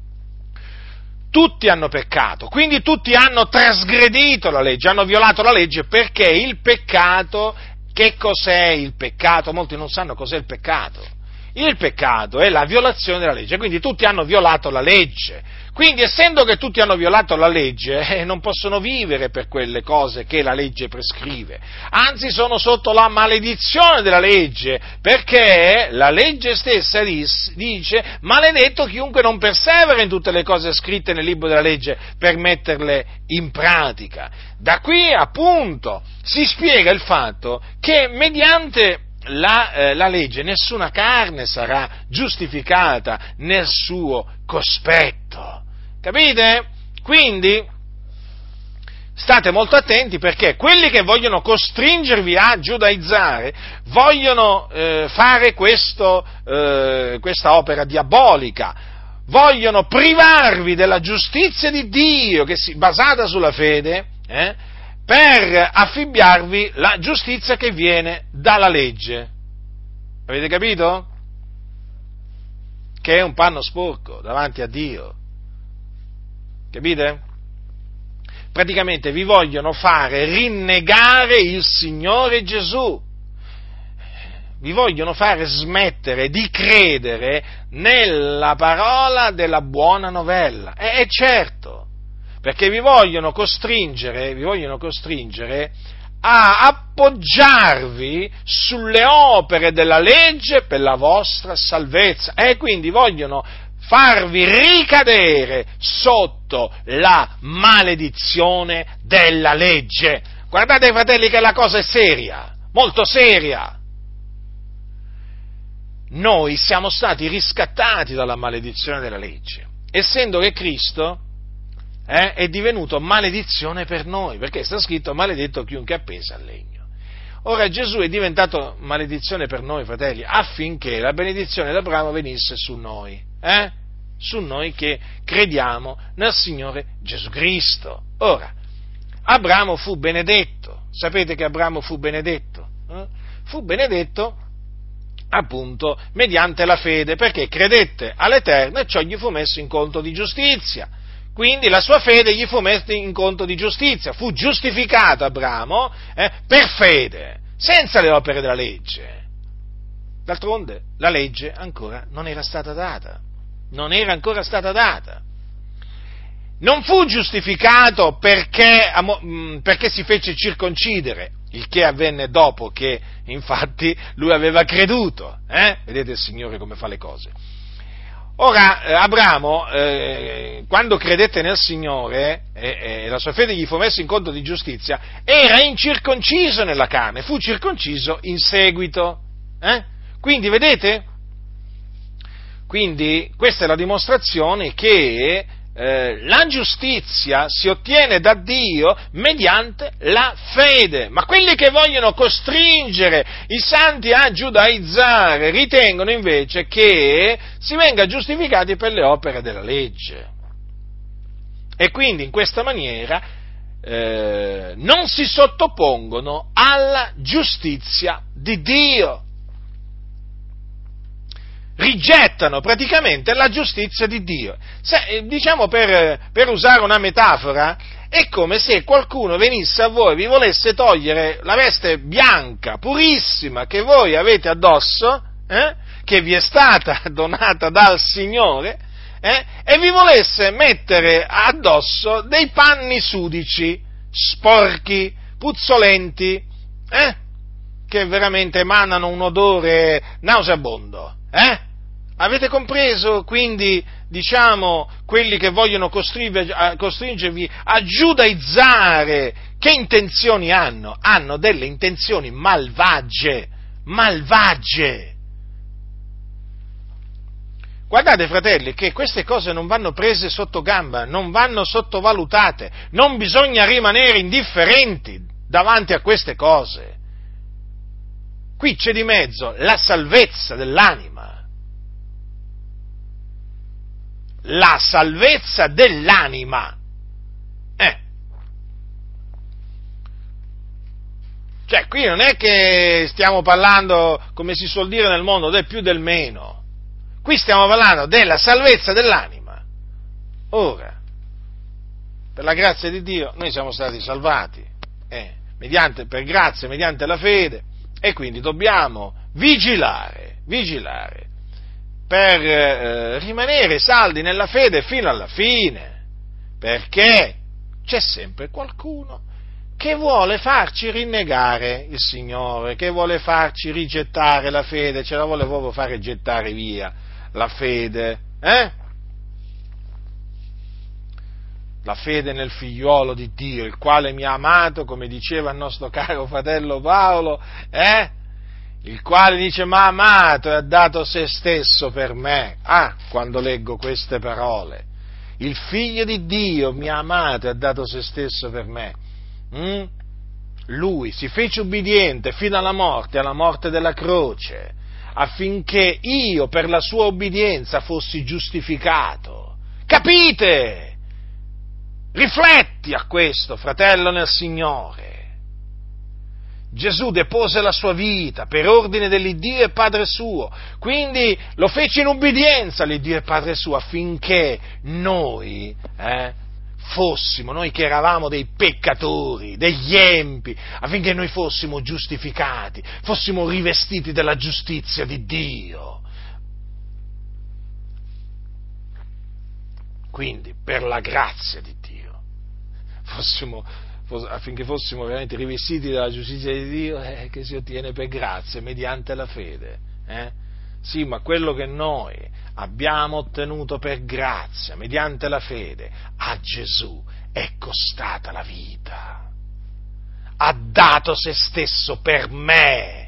tutti hanno peccato, quindi tutti hanno trasgredito la legge, hanno violato la legge, perché il peccato, che cos'è il peccato? Molti non sanno cos'è il peccato. Il peccato è la violazione della legge, quindi tutti hanno violato la legge. Quindi, essendo che tutti hanno violato la legge, eh, non possono vivere per quelle cose che la legge prescrive. Anzi, sono sotto la maledizione della legge, perché la legge stessa dice: maledetto chiunque non persevera in tutte le cose scritte nel libro della legge per metterle in pratica. Da qui, appunto, si spiega il fatto che mediante La, eh, la legge nessuna carne sarà giustificata nel suo cospetto, capite? Quindi state molto attenti, perché quelli che vogliono costringervi a giudaizzare vogliono eh, fare questo, eh, questa opera diabolica, vogliono privarvi della giustizia di Dio che si, basata sulla fede, eh, per affibbiarvi la giustizia che viene dalla legge. Avete capito? Che è un panno sporco davanti a Dio. Capite? Praticamente vi vogliono fare rinnegare il Signore Gesù. Vi vogliono fare smettere di credere nella parola della buona novella. E, e certo, perché vi vogliono costringere, vi vogliono costringere a appoggiarvi sulle opere della legge per la vostra salvezza, e quindi vogliono farvi ricadere sotto la maledizione della legge. Guardate, fratelli, che la cosa è seria, molto seria. Noi siamo stati riscattati dalla maledizione della legge, essendo che Cristo Eh, è divenuto maledizione per noi, perché sta scritto: maledetto chiunque è appeso al legno. Ora Gesù è diventato maledizione per noi, fratelli, affinché la benedizione d'Abramo venisse su noi, eh? su noi che crediamo nel Signore Gesù Cristo. Ora, Abramo fu benedetto, sapete che Abramo fu benedetto? Eh? Fu benedetto appunto mediante la fede, perché credette all'Eterno e ciò gli fu messo in conto di giustizia. Quindi la sua fede gli fu messa in conto di giustizia, fu giustificato Abramo eh, per fede, senza le opere della legge. D'altronde la legge ancora non era stata data, non era ancora stata data. Non fu giustificato perché, perché si fece circoncidere, il che avvenne dopo che infatti lui aveva creduto. Eh? Vedete il Signore come fa le cose. Ora, eh, Abramo, eh, quando credette nel Signore e eh, eh, la sua fede gli fu messa in conto di giustizia, era incirconciso nella carne, fu circonciso in seguito. Eh? Quindi, vedete? Quindi, questa è la dimostrazione che eh, la giustizia si ottiene da Dio mediante la fede, ma quelli che vogliono costringere i santi a giudaizzare ritengono invece che si venga giustificati per le opere della legge, e quindi in questa maniera eh, non si sottopongono alla giustizia di Dio. Rigettano praticamente la giustizia di Dio. Se, diciamo per, per usare una metafora, è come se qualcuno venisse a voi e vi volesse togliere la veste bianca, purissima, che voi avete addosso, eh, che vi è stata donata dal Signore, eh, e vi volesse mettere addosso dei panni sudici, sporchi, puzzolenti, eh, che veramente emanano un odore nauseabondo, eh? Avete compreso? Quindi, diciamo, quelli che vogliono costringervi a giudaizzare, che intenzioni hanno? Hanno delle intenzioni malvagie, malvagie. Guardate, fratelli, che queste cose non vanno prese sotto gamba, non vanno sottovalutate, non bisogna rimanere indifferenti davanti a queste cose. Qui c'è di mezzo la salvezza dell'anima. La salvezza dell'anima. Eh. Cioè, qui non è che stiamo parlando, come si suol dire nel mondo, del più del meno. Qui stiamo parlando della salvezza dell'anima. Ora, per la grazia di Dio, noi siamo stati salvati, eh, mediante, per grazia, mediante la fede, e quindi dobbiamo vigilare, vigilare, per eh, rimanere saldi nella fede fino alla fine, perché c'è sempre qualcuno che vuole farci rinnegare il Signore, che vuole farci rigettare la fede, ce la vuole proprio fare gettare via la fede, eh? La fede nel figliuolo di Dio, il quale mi ha amato, come diceva il nostro caro fratello Paolo, eh? Il quale dice mi ha amato e ha dato se stesso per me. Ah, quando leggo queste parole, il figlio di Dio mi ha amato e ha dato se stesso per me. Mm? Lui si fece ubbidiente fino alla morte, alla morte della croce, affinché io per la sua ubbidienza fossi giustificato. Capite? Rifletti a questo, fratello nel Signore. Gesù depose la sua vita per ordine dell'Iddio e Padre suo, quindi lo fece in ubbidienza all'Iddio e Padre suo affinché noi eh, fossimo, noi che eravamo dei peccatori, degli empi, affinché noi fossimo giustificati, fossimo rivestiti della giustizia di Dio. Quindi, per la grazia di Dio, fossimo, affinché fossimo veramente rivestiti della giustizia di Dio, eh, che si ottiene per grazia, mediante la fede. Eh? Sì, ma quello che noi abbiamo ottenuto per grazia, mediante la fede, a Gesù è costata la vita. Ha dato se stesso per me.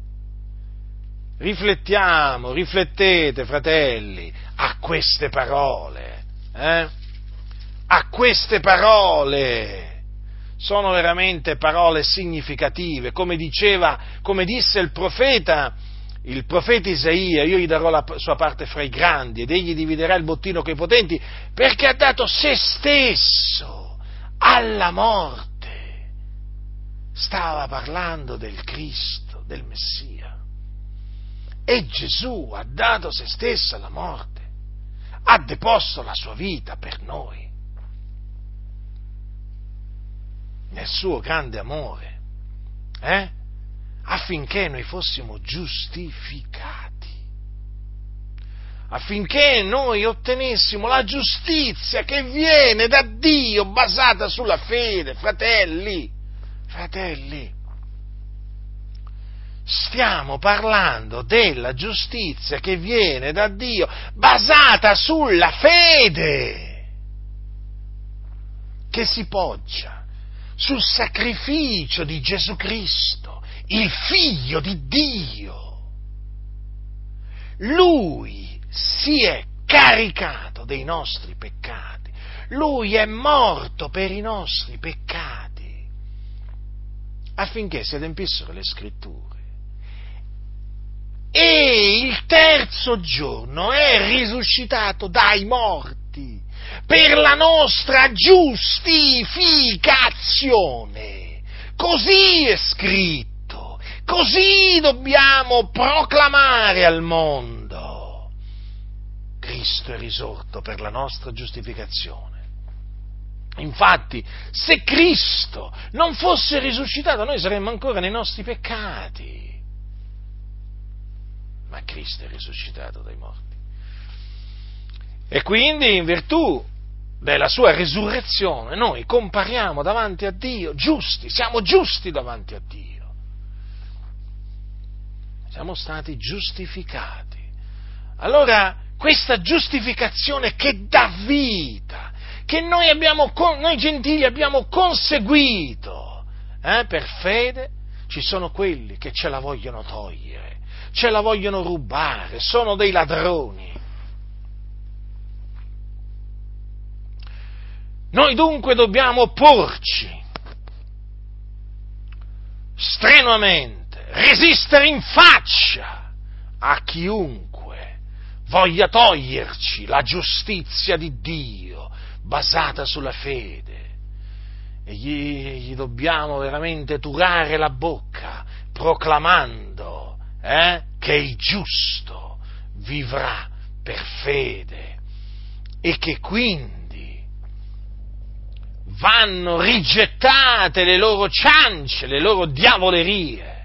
Riflettiamo, riflettete, fratelli, a queste parole. Eh? A queste parole sono veramente parole significative, come diceva, come disse il profeta, il profeta Isaia: io gli darò la sua parte fra i grandi ed egli dividerà il bottino coi potenti, perché ha dato se stesso alla morte. Stava parlando del Cristo, del Messia, e Gesù ha dato se stesso alla morte. Ha deposto la sua vita per noi, nel suo grande amore, eh? affinché noi fossimo giustificati, affinché noi ottenessimo la giustizia che viene da Dio, basata sulla fede, fratelli, fratelli. Stiamo parlando della giustizia che viene da Dio, basata sulla fede, che si poggia sul sacrificio di Gesù Cristo, il Figlio di Dio. Lui si è caricato dei nostri peccati, Lui è morto per i nostri peccati, affinché si adempissero le Scritture. E il terzo giorno è risuscitato dai morti per la nostra giustificazione. Così è scritto, così dobbiamo proclamare al mondo. Cristo è risorto per la nostra giustificazione. Infatti, se Cristo non fosse risuscitato, noi saremmo ancora nei nostri peccati. Ma Cristo è risuscitato dai morti. E quindi, in virtù della sua risurrezione, noi compariamo davanti a Dio giusti, siamo giusti davanti a Dio. Siamo stati giustificati. Allora, questa giustificazione che dà vita, che noi abbiamo, noi gentili abbiamo conseguito, eh, per fede, ci sono quelli che ce la vogliono togliere, ce la vogliono rubare, sono dei ladroni. Noi dunque dobbiamo opporci strenuamente resistere in faccia a chiunque voglia toglierci la giustizia di Dio basata sulla fede. E gli, gli dobbiamo veramente turare la bocca proclamando eh, che il giusto vivrà per fede e che quindi vanno rigettate le loro ciance, le loro diavolerie.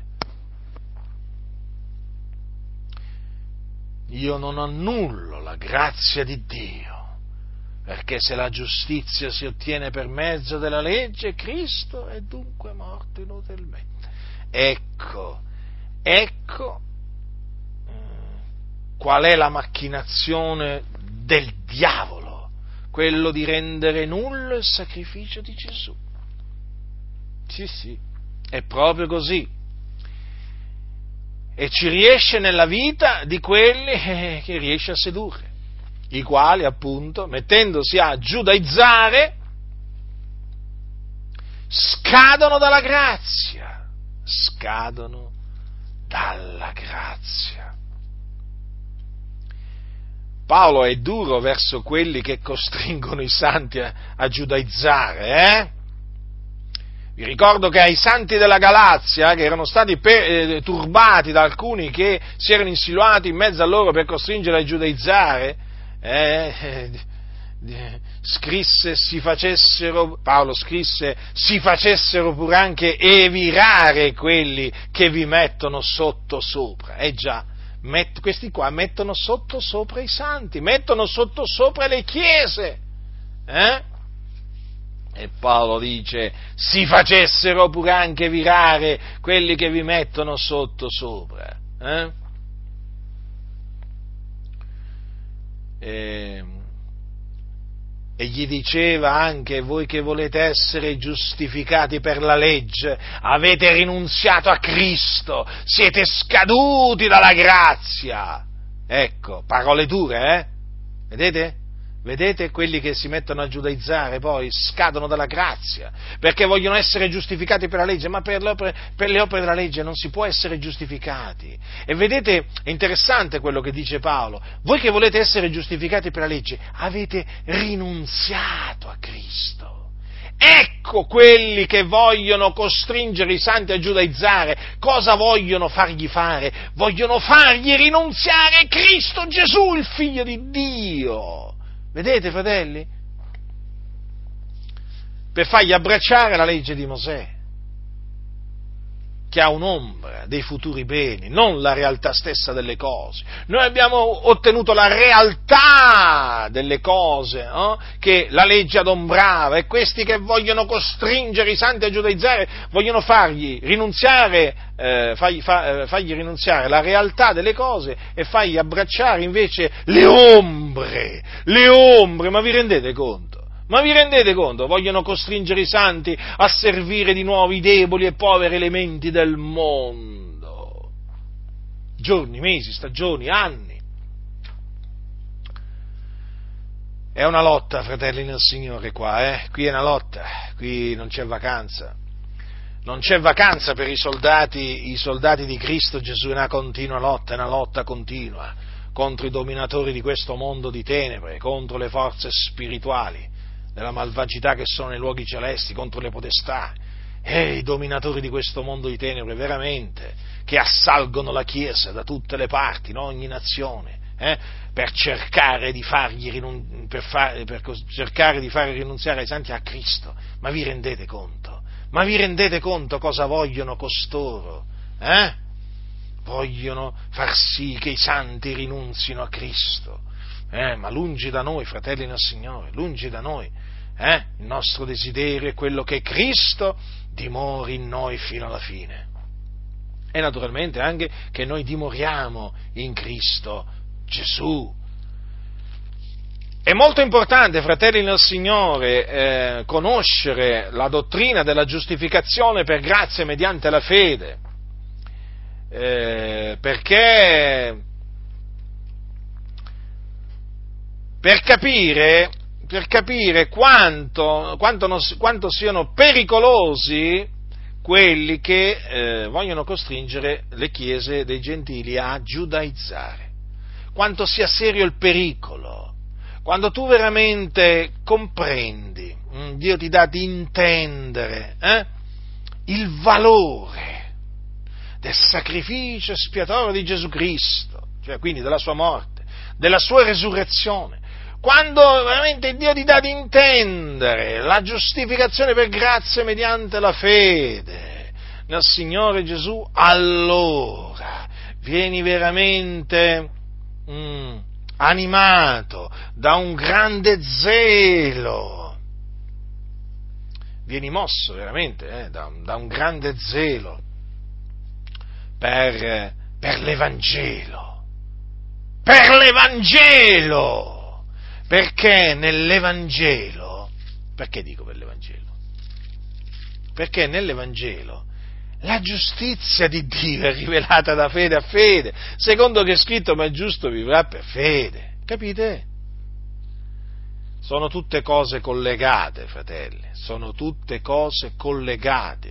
Io non annullo la grazia di Dio, perché se la giustizia si ottiene per mezzo della legge, Cristo è dunque morto inutilmente. Ecco, ecco qual è la macchinazione del diavolo, quello di rendere nullo il sacrificio di Gesù. Sì, sì, è proprio così. E ci riesce nella vita di quelli che riesce a sedurre, i quali appunto, mettendosi a giudaizzare, scadono dalla grazia, scadono dalla grazia. Paolo è duro verso quelli che costringono i santi a, a giudaizzare, eh? Vi ricordo che ai santi della Galazia, che erano stati per, eh, turbati da alcuni che si erano insinuati in mezzo a loro per costringere a giudaizzare, eh, eh, scrisse si facessero, Paolo scrisse si facessero pur anche evirare quelli che vi mettono sotto sopra. Eh già, met, questi qua mettono sotto sopra i santi, mettono sotto sopra le chiese, eh? E Paolo dice, si facessero pure anche virare quelli che vi mettono sotto sopra. Eh? E, e gli diceva anche, voi che volete essere giustificati per la legge, avete rinunziato a Cristo, siete scaduti dalla grazia. Ecco, parole dure, eh? Vedete? Vedete, quelli che si mettono a giudaizzare poi scadono dalla grazia, perché vogliono essere giustificati per la legge, ma per le opere, per le opere della legge non si può essere giustificati. E vedete, è interessante quello che dice Paolo, voi che volete essere giustificati per la legge, avete rinunziato a Cristo. Ecco quelli che vogliono costringere i santi a giudaizzare, cosa vogliono fargli fare? Vogliono fargli rinunziare a Cristo Gesù, il Figlio di Dio. Vedete, fratelli? Per fargli abbracciare la legge di Mosè, che ha un'ombra dei futuri beni, non la realtà stessa delle cose. Noi abbiamo ottenuto la realtà delle cose, no? Che la legge adombrava, e questi che vogliono costringere i santi a giudaizzare vogliono fargli rinunziare, eh, fargli, fa, eh, fargli rinunziare la realtà delle cose e fargli abbracciare invece le ombre, le ombre, ma vi rendete conto? Ma vi rendete conto? Vogliono costringere i santi a servire di nuovo i deboli e poveri elementi del mondo. Giorni, mesi, stagioni, anni. È una lotta, fratelli nel Signore, qua, eh? Qui è una lotta, qui non c'è vacanza. Non c'è vacanza per i soldati, i soldati di Cristo Gesù, è una continua lotta, è una lotta continua contro i dominatori di questo mondo di tenebre, contro le forze spirituali della malvagità che sono nei luoghi celesti, contro le potestà, e i dominatori di questo mondo di tenebre, veramente, che assalgono la Chiesa da tutte le parti, in ogni nazione, eh, per cercare di fargli rinun- per, far- per cercare di fare rinunziare ai santi a Cristo. Ma vi rendete conto? Ma vi rendete conto cosa vogliono costoro? Eh? Vogliono far sì che i santi rinunzino a Cristo. Eh, ma lungi da noi, fratelli nel Signore, lungi da noi. Eh? Il nostro desiderio è quello che Cristo dimori in noi fino alla fine. E naturalmente anche che noi dimoriamo in Cristo Gesù. È molto importante, fratelli nel Signore, eh, conoscere la dottrina della giustificazione per grazia mediante la fede, eh, perché per capire, per capire quanto, quanto, non, quanto siano pericolosi quelli che eh, vogliono costringere le chiese dei gentili a giudaizzare. Quanto sia serio il pericolo, quando tu veramente comprendi, mh, Dio ti dà di intendere eh, il valore del sacrificio espiatorio di Gesù Cristo, cioè quindi della sua morte, della sua resurrezione, quando veramente Dio ti dà di intendere la giustificazione per grazia mediante la fede nel Signore Gesù, allora vieni veramente mm, animato da un grande zelo, vieni mosso veramente eh, da, da un grande zelo per, per l'Evangelo, per l'Evangelo! Perché nell'Evangelo, perché dico per l'Evangelo? Perché nell'Evangelo la giustizia di Dio è rivelata da fede a fede, secondo che è scritto, ma il giusto vivrà per fede, capite? Sono tutte cose collegate, fratelli, sono tutte cose collegate.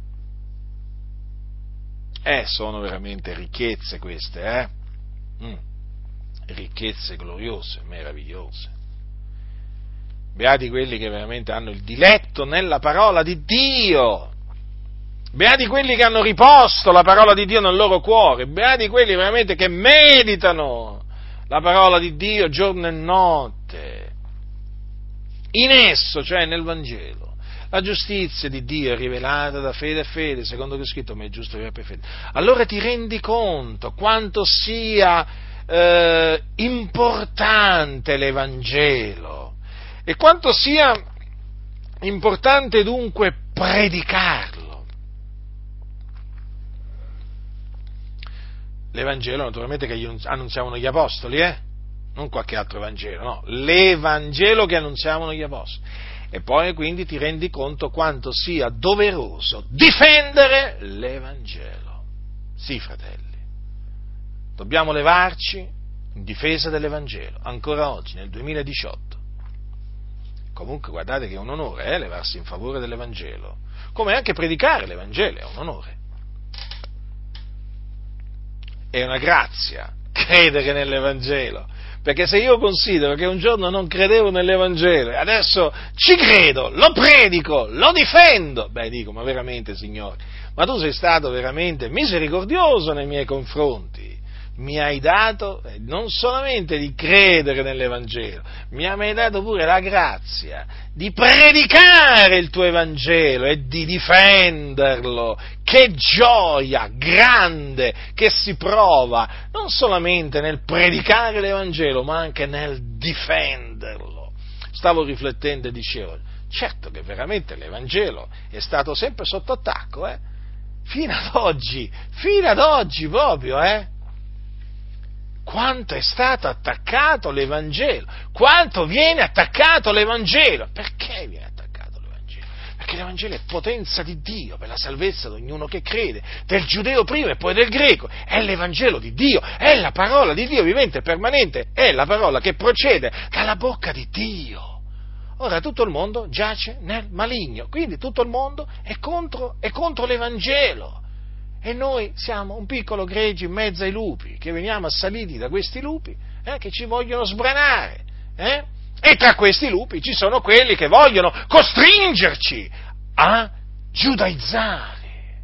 Eh, sono veramente ricchezze queste, eh? Mm. Ricchezze gloriose, meravigliose. Beati quelli che veramente hanno il diletto nella parola di Dio, beati quelli che hanno riposto la parola di Dio nel loro cuore, beati quelli veramente che meditano la parola di Dio giorno e notte, in esso, cioè nel Vangelo. La giustizia di Dio è rivelata da fede a fede, secondo che è scritto, ma è giusto vivere per fede. Allora ti rendi conto quanto sia Eh, importante l'Evangelo e quanto sia importante dunque predicarlo. L'Evangelo naturalmente che annunziavano gli apostoli, eh? Non qualche altro Vangelo, no, l'Evangelo che annunziavano gli apostoli. E poi quindi ti rendi conto quanto sia doveroso difendere l'Evangelo. Sì, fratelli. Dobbiamo levarci in difesa dell'Evangelo, ancora oggi, nel duemiladiciotto. Comunque guardate che è un onore eh, levarsi in favore dell'Evangelo, come anche predicare l'Evangelo è un onore. È una grazia credere nell'Evangelo, perché se io considero che un giorno non credevo nell'Evangelo e adesso ci credo, lo predico, lo difendo, beh dico, ma veramente Signore, ma tu sei stato veramente misericordioso nei miei confronti. Mi hai dato non solamente di credere nell'Evangelo, mi hai dato pure la grazia di predicare il tuo Evangelo e di difenderlo. Che gioia grande che si prova non solamente nel predicare l'Evangelo, ma anche nel difenderlo. Stavo riflettendo e dicevo, certo che veramente l'Evangelo è stato sempre sotto attacco, eh? Fino ad oggi, fino ad oggi proprio, eh? Quanto è stato attaccato l'Evangelo, quanto viene attaccato l'Evangelo. Perché viene attaccato l'Evangelo? Perché l'Evangelo è potenza di Dio per la salvezza di ognuno che crede, del giudeo prima e poi del greco. È l'Evangelo di Dio, è la parola di Dio vivente e permanente, è la parola che procede dalla bocca di Dio. Ora tutto il mondo giace nel maligno, quindi tutto il mondo è contro, è contro l'Evangelo. E noi siamo un piccolo gregge in mezzo ai lupi, che veniamo assaliti da questi lupi eh, che ci vogliono sbranare. Eh? E tra questi lupi ci sono quelli che vogliono costringerci a giudaizzare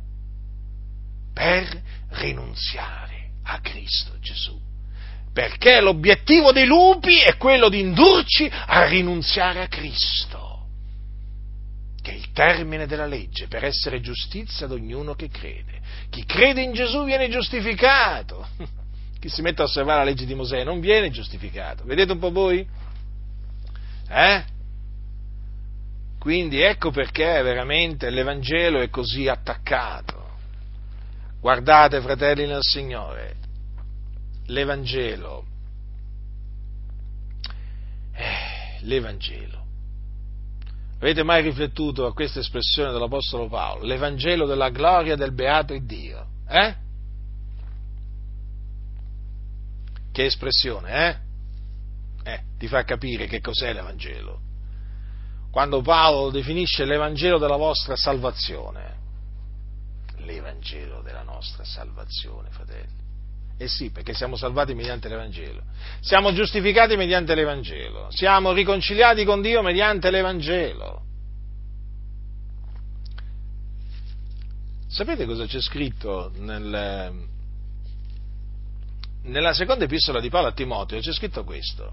per rinunziare a Cristo Gesù. Perché l'obiettivo dei lupi è quello di indurci a rinunziare a Cristo, che è il termine della legge, per essere giustizia ad ognuno che crede. Chi crede in Gesù viene giustificato. Chi si mette a osservare la legge di Mosè non viene giustificato. Vedete un po' voi? Eh? Quindi ecco perché veramente l'Evangelo è così attaccato. Guardate, fratelli nel Signore, l'Evangelo, eh, l'Evangelo. Avete mai riflettuto a questa espressione dell'Apostolo Paolo? L'Evangelo della gloria del beato Dio. Eh? Che espressione, eh? Eh, ti fa capire che cos'è l'Evangelo. Quando Paolo definisce l'Evangelo della vostra salvazione, l'Evangelo della nostra salvazione, fratelli. Eh sì, perché siamo salvati mediante l'Evangelo, siamo giustificati mediante l'Evangelo, siamo riconciliati con Dio mediante l'Evangelo. Sapete cosa c'è scritto nel, nella seconda epistola di Paolo a Timoteo? C'è scritto questo,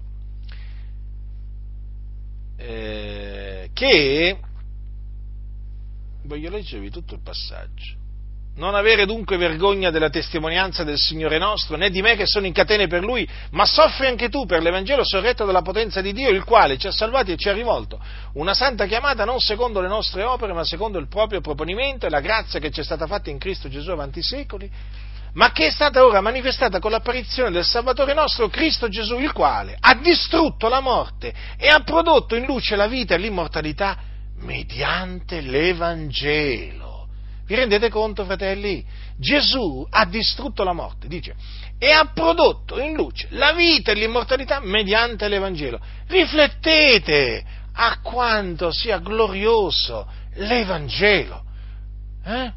eh, che, voglio leggervi tutto il passaggio. Non avere dunque vergogna della testimonianza del Signore nostro, né di me che sono in catene per Lui, ma soffri anche tu per l'Evangelo sorretto dalla potenza di Dio, il quale ci ha salvati e ci ha rivolto una santa chiamata non secondo le nostre opere, ma secondo il proprio proponimento e la grazia che ci è stata fatta in Cristo Gesù avanti i secoli, ma che è stata ora manifestata con l'apparizione del Salvatore nostro, Cristo Gesù, il quale ha distrutto la morte e ha prodotto in luce la vita e l'immortalità mediante l'Evangelo. Vi rendete conto, fratelli? Gesù ha distrutto la morte, dice, e ha prodotto in luce la vita e l'immortalità mediante l'Evangelo. Riflettete a quanto sia glorioso l'Evangelo. Eh?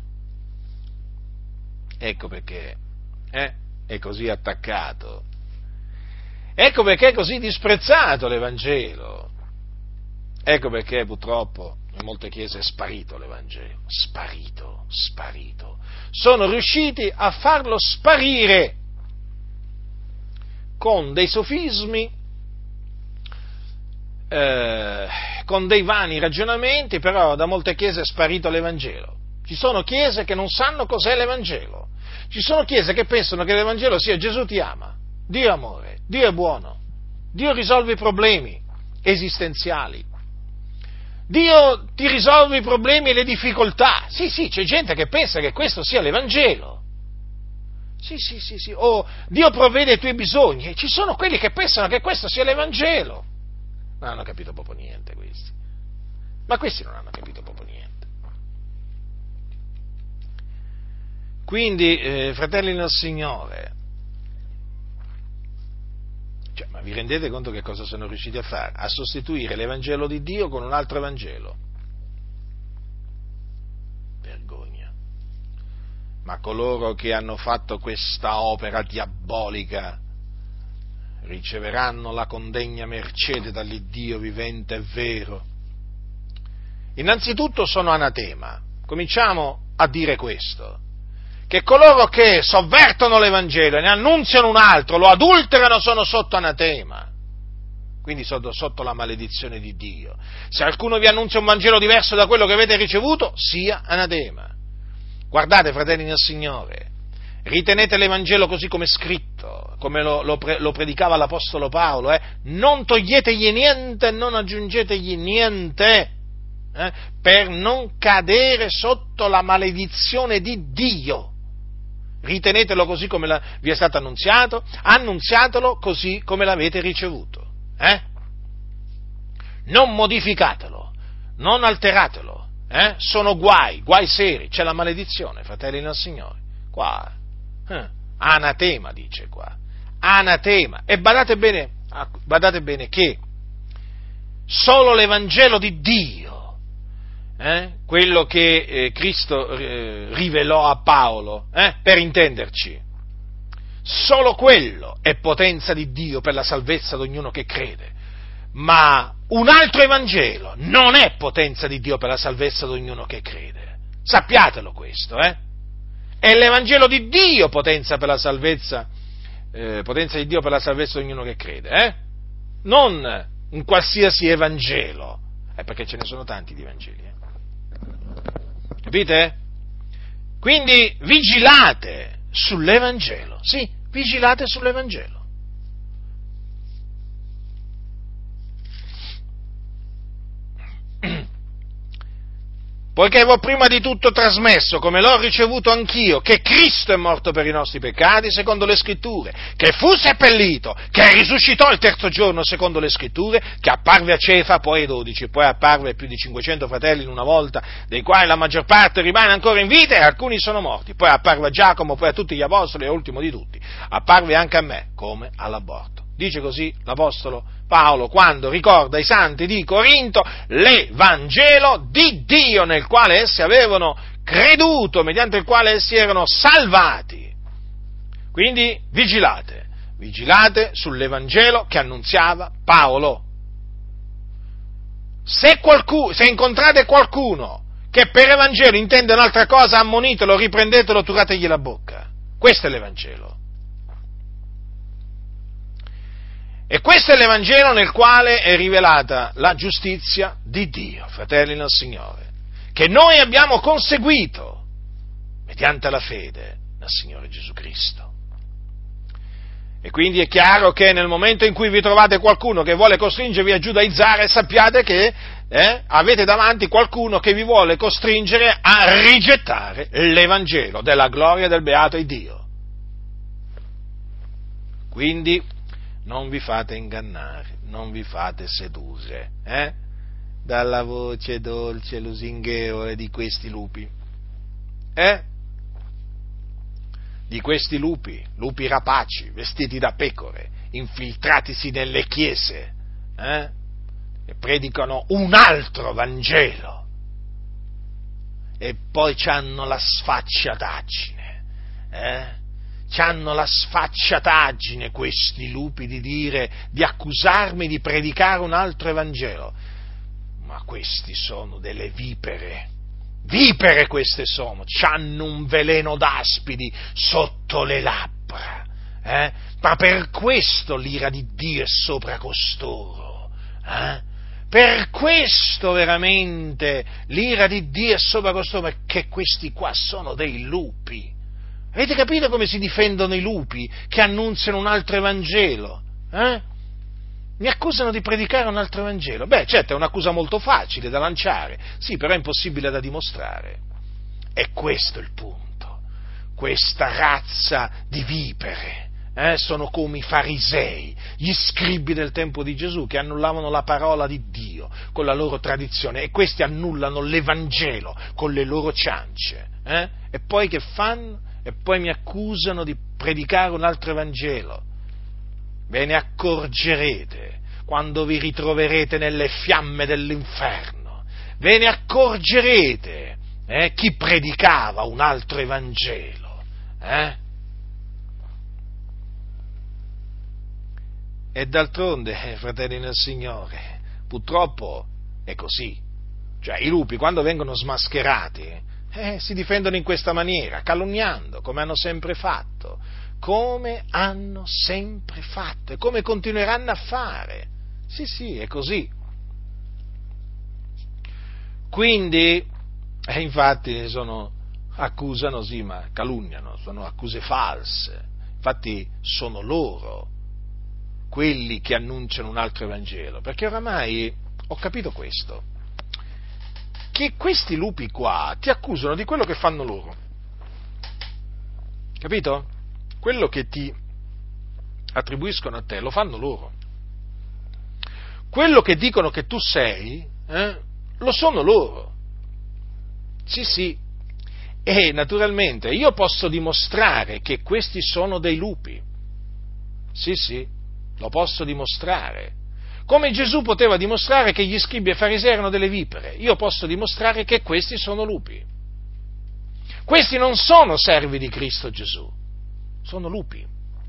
Ecco perché eh, è così attaccato. Ecco perché è così disprezzato l'Evangelo. Ecco perché purtroppo in molte chiese è sparito l'Evangelo, sparito, sparito. Sono riusciti a farlo sparire con dei sofismi, eh, con dei vani ragionamenti, però da molte chiese è sparito l'Evangelo. Ci sono chiese che non sanno cos'è l'Evangelo, ci sono chiese che pensano che l'Evangelo sia Gesù ti ama, Dio è amore, Dio è buono, Dio risolve i problemi esistenziali, Dio ti risolve i problemi e le difficoltà. Sì, sì, c'è gente che pensa che questo sia l'Evangelo. Sì, sì, sì, sì. O Dio provvede ai tuoi bisogni. E ci sono quelli che pensano che questo sia l'Evangelo. Non hanno capito proprio niente questi. Ma questi non hanno capito proprio niente. Quindi, eh, fratelli nel Signore, cioè, ma vi rendete conto che cosa sono riusciti a fare? A sostituire l'Evangelo di Dio con un altro Evangelo. Vergogna. Ma coloro che hanno fatto questa opera diabolica riceveranno la condegna mercede dall'Iddio vivente e vero. Innanzitutto sono anatema. Cominciamo a dire questo. Che coloro che sovvertono l'Evangelo e ne annunziano un altro, lo adulterano, sono sotto anatema, quindi sotto, sotto la maledizione di Dio. Se qualcuno vi annunzia un Vangelo diverso da quello che avete ricevuto, sia anatema. Guardate, fratelli nel Signore, ritenete l'Evangelo così come è scritto, come lo, lo, lo predicava l'Apostolo Paolo, eh? Non toglietegli niente, non aggiungetegli niente, eh? Per non cadere sotto la maledizione di Dio. Ritenetelo così come la, vi è stato annunziato, annunziatelo così come l'avete ricevuto, eh? Non modificatelo, non alteratelo, eh? Sono guai, guai seri, c'è la maledizione, fratelli nel Signore, qua, eh? Anatema dice qua, anatema, e badate bene, badate bene che solo l'Evangelo di Dio, Eh, quello che eh, Cristo eh, rivelò a Paolo, eh, per intenderci, solo quello è potenza di Dio per la salvezza di ognuno che crede, ma un altro Evangelo non è potenza di Dio per la salvezza di ognuno che crede, sappiatelo questo, eh? È l'Evangelo di Dio potenza per la salvezza, eh, potenza di Dio per la salvezza di ognuno che crede, eh? Non un qualsiasi Evangelo, eh, perché ce ne sono tanti di Evangeli, eh? Capite? Quindi vigilate sull'Evangelo, sì, vigilate sull'Evangelo. Poiché vi ho prima di tutto trasmesso, come l'ho ricevuto anch'io, che Cristo è morto per i nostri peccati, secondo le Scritture, che fu seppellito, che risuscitò il terzo giorno, secondo le Scritture, che apparve a Cefa, poi ai dodici, poi apparve a più di cinquecento fratelli in una volta, dei quali la maggior parte rimane ancora in vita e alcuni sono morti, poi apparve a Giacomo, poi a tutti gli apostoli e ultimo di tutti, apparve anche a me, come all'aborto. Dice così l'Apostolo Paolo quando ricorda ai santi di Corinto l'Evangelo di Dio nel quale essi avevano creduto, mediante il quale essi erano salvati. Quindi vigilate, vigilate sull'Evangelo che annunziava Paolo. Se, qualcuno, se incontrate qualcuno che per Evangelo intende un'altra cosa, ammonitelo, riprendetelo, turategli la bocca. Questo è l'Evangelo. E questo è l'Evangelo nel quale è rivelata la giustizia di Dio, fratelli nel Signore, che noi abbiamo conseguito mediante la fede nel Signore Gesù Cristo. E quindi è chiaro che nel momento in cui vi trovate qualcuno che vuole costringervi a giudaizzare, sappiate che eh, avete davanti qualcuno che vi vuole costringere a rigettare l'Evangelo della gloria del beato Dio. Quindi non vi fate ingannare, non vi fate sedurre eh, dalla voce dolce e lusinghevole di questi lupi. Eh? Di questi lupi, lupi rapaci, vestiti da pecore, infiltratisi nelle chiese, eh? E predicano un altro Vangelo, e poi c'hanno la sfacciataggine, eh? C'hanno la sfacciataggine questi lupi di dire, di accusarmi di predicare un altro Evangelo, ma questi sono delle vipere. Vipere queste sono, c'hanno un veleno d'aspidi sotto le labbra, eh? Ma per questo l'ira di Dio è sopra costoro, eh? Per questo veramente l'ira di Dio è sopra costoro, perché questi qua sono dei lupi. Avete capito come si difendono i lupi che annunziano un altro Evangelo? Eh? Mi accusano di predicare un altro Vangelo. Beh, certo, è un'accusa molto facile da lanciare, sì, però è impossibile da dimostrare. E questo è il punto. Questa razza di vipere eh, sono come i farisei, gli scribi del tempo di Gesù, che annullavano la parola di Dio con la loro tradizione, e questi annullano l'Evangelo con le loro ciance. Eh? E poi che fanno? E poi mi accusano di predicare un altro Vangelo. Ve ne accorgerete quando vi ritroverete nelle fiamme dell'inferno, ve ne accorgerete eh, chi predicava un altro Evangelo. Eh? E d'altronde, eh, fratelli nel Signore, purtroppo è così. Cioè, i lupi, quando vengono smascherati, eh, si difendono in questa maniera, calunniando, come hanno sempre fatto. Come hanno sempre fatto e come continueranno a fare. Sì, sì, è così. Quindi, eh, infatti, sono, accusano, sì, ma calunniano, sono accuse false. Infatti, sono loro quelli che annunciano un altro Evangelo, perché oramai ho capito questo, che questi lupi qua ti accusano di quello che fanno loro. Capito? Quello che ti attribuiscono a te lo fanno loro. Quello che dicono che tu sei, eh, lo sono loro. Sì, sì. E naturalmente io posso dimostrare che questi sono dei lupi. Sì, sì, lo posso dimostrare. Come Gesù poteva dimostrare che gli scribi e farisei erano delle vipere, io posso dimostrare che questi sono lupi. Questi non sono servi di Cristo Gesù. Sono lupi.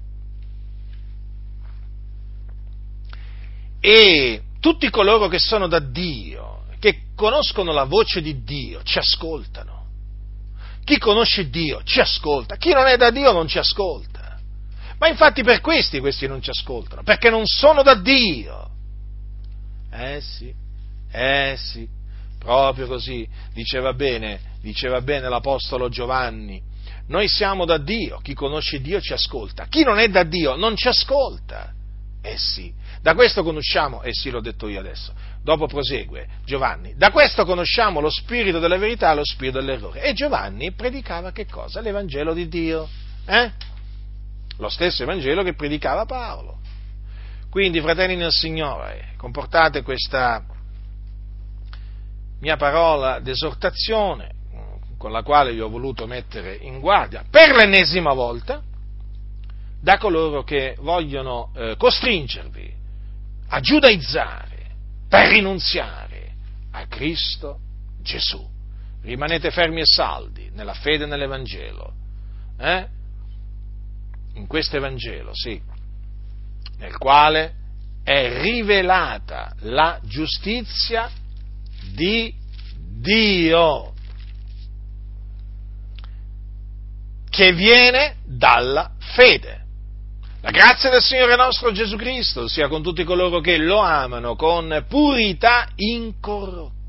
E tutti coloro che sono da Dio, che conoscono la voce di Dio, ci ascoltano. Chi conosce Dio ci ascolta, chi non è da Dio non ci ascolta. Ma infatti per questi questi non ci ascoltano, perché non sono da Dio. Eh sì, eh sì, proprio così, diceva bene, diceva bene l'Apostolo Giovanni. Noi siamo da Dio, chi conosce Dio ci ascolta, chi non è da Dio non ci ascolta. Eh sì, da questo conosciamo, eh sì, l'ho detto io adesso, dopo prosegue Giovanni, da questo conosciamo lo spirito della verità e lo spirito dell'errore. E Giovanni predicava che cosa? L'Evangelo di Dio, eh? Lo stesso Evangelo che predicava Paolo. Quindi, fratelli nel Signore, comportate questa mia parola d'esortazione, con la quale vi ho voluto mettere in guardia per l'ennesima volta da coloro che vogliono eh, costringervi a giudaizzare per rinunziare a Cristo Gesù. rimanete fermi e saldi nella fede e nell'Evangelo, eh? In questo Evangelo, sì, nel quale è rivelata la giustizia di Dio, che viene dalla fede. La grazia del Signore nostro Gesù Cristo sia con tutti coloro che lo amano con purità incorrotta.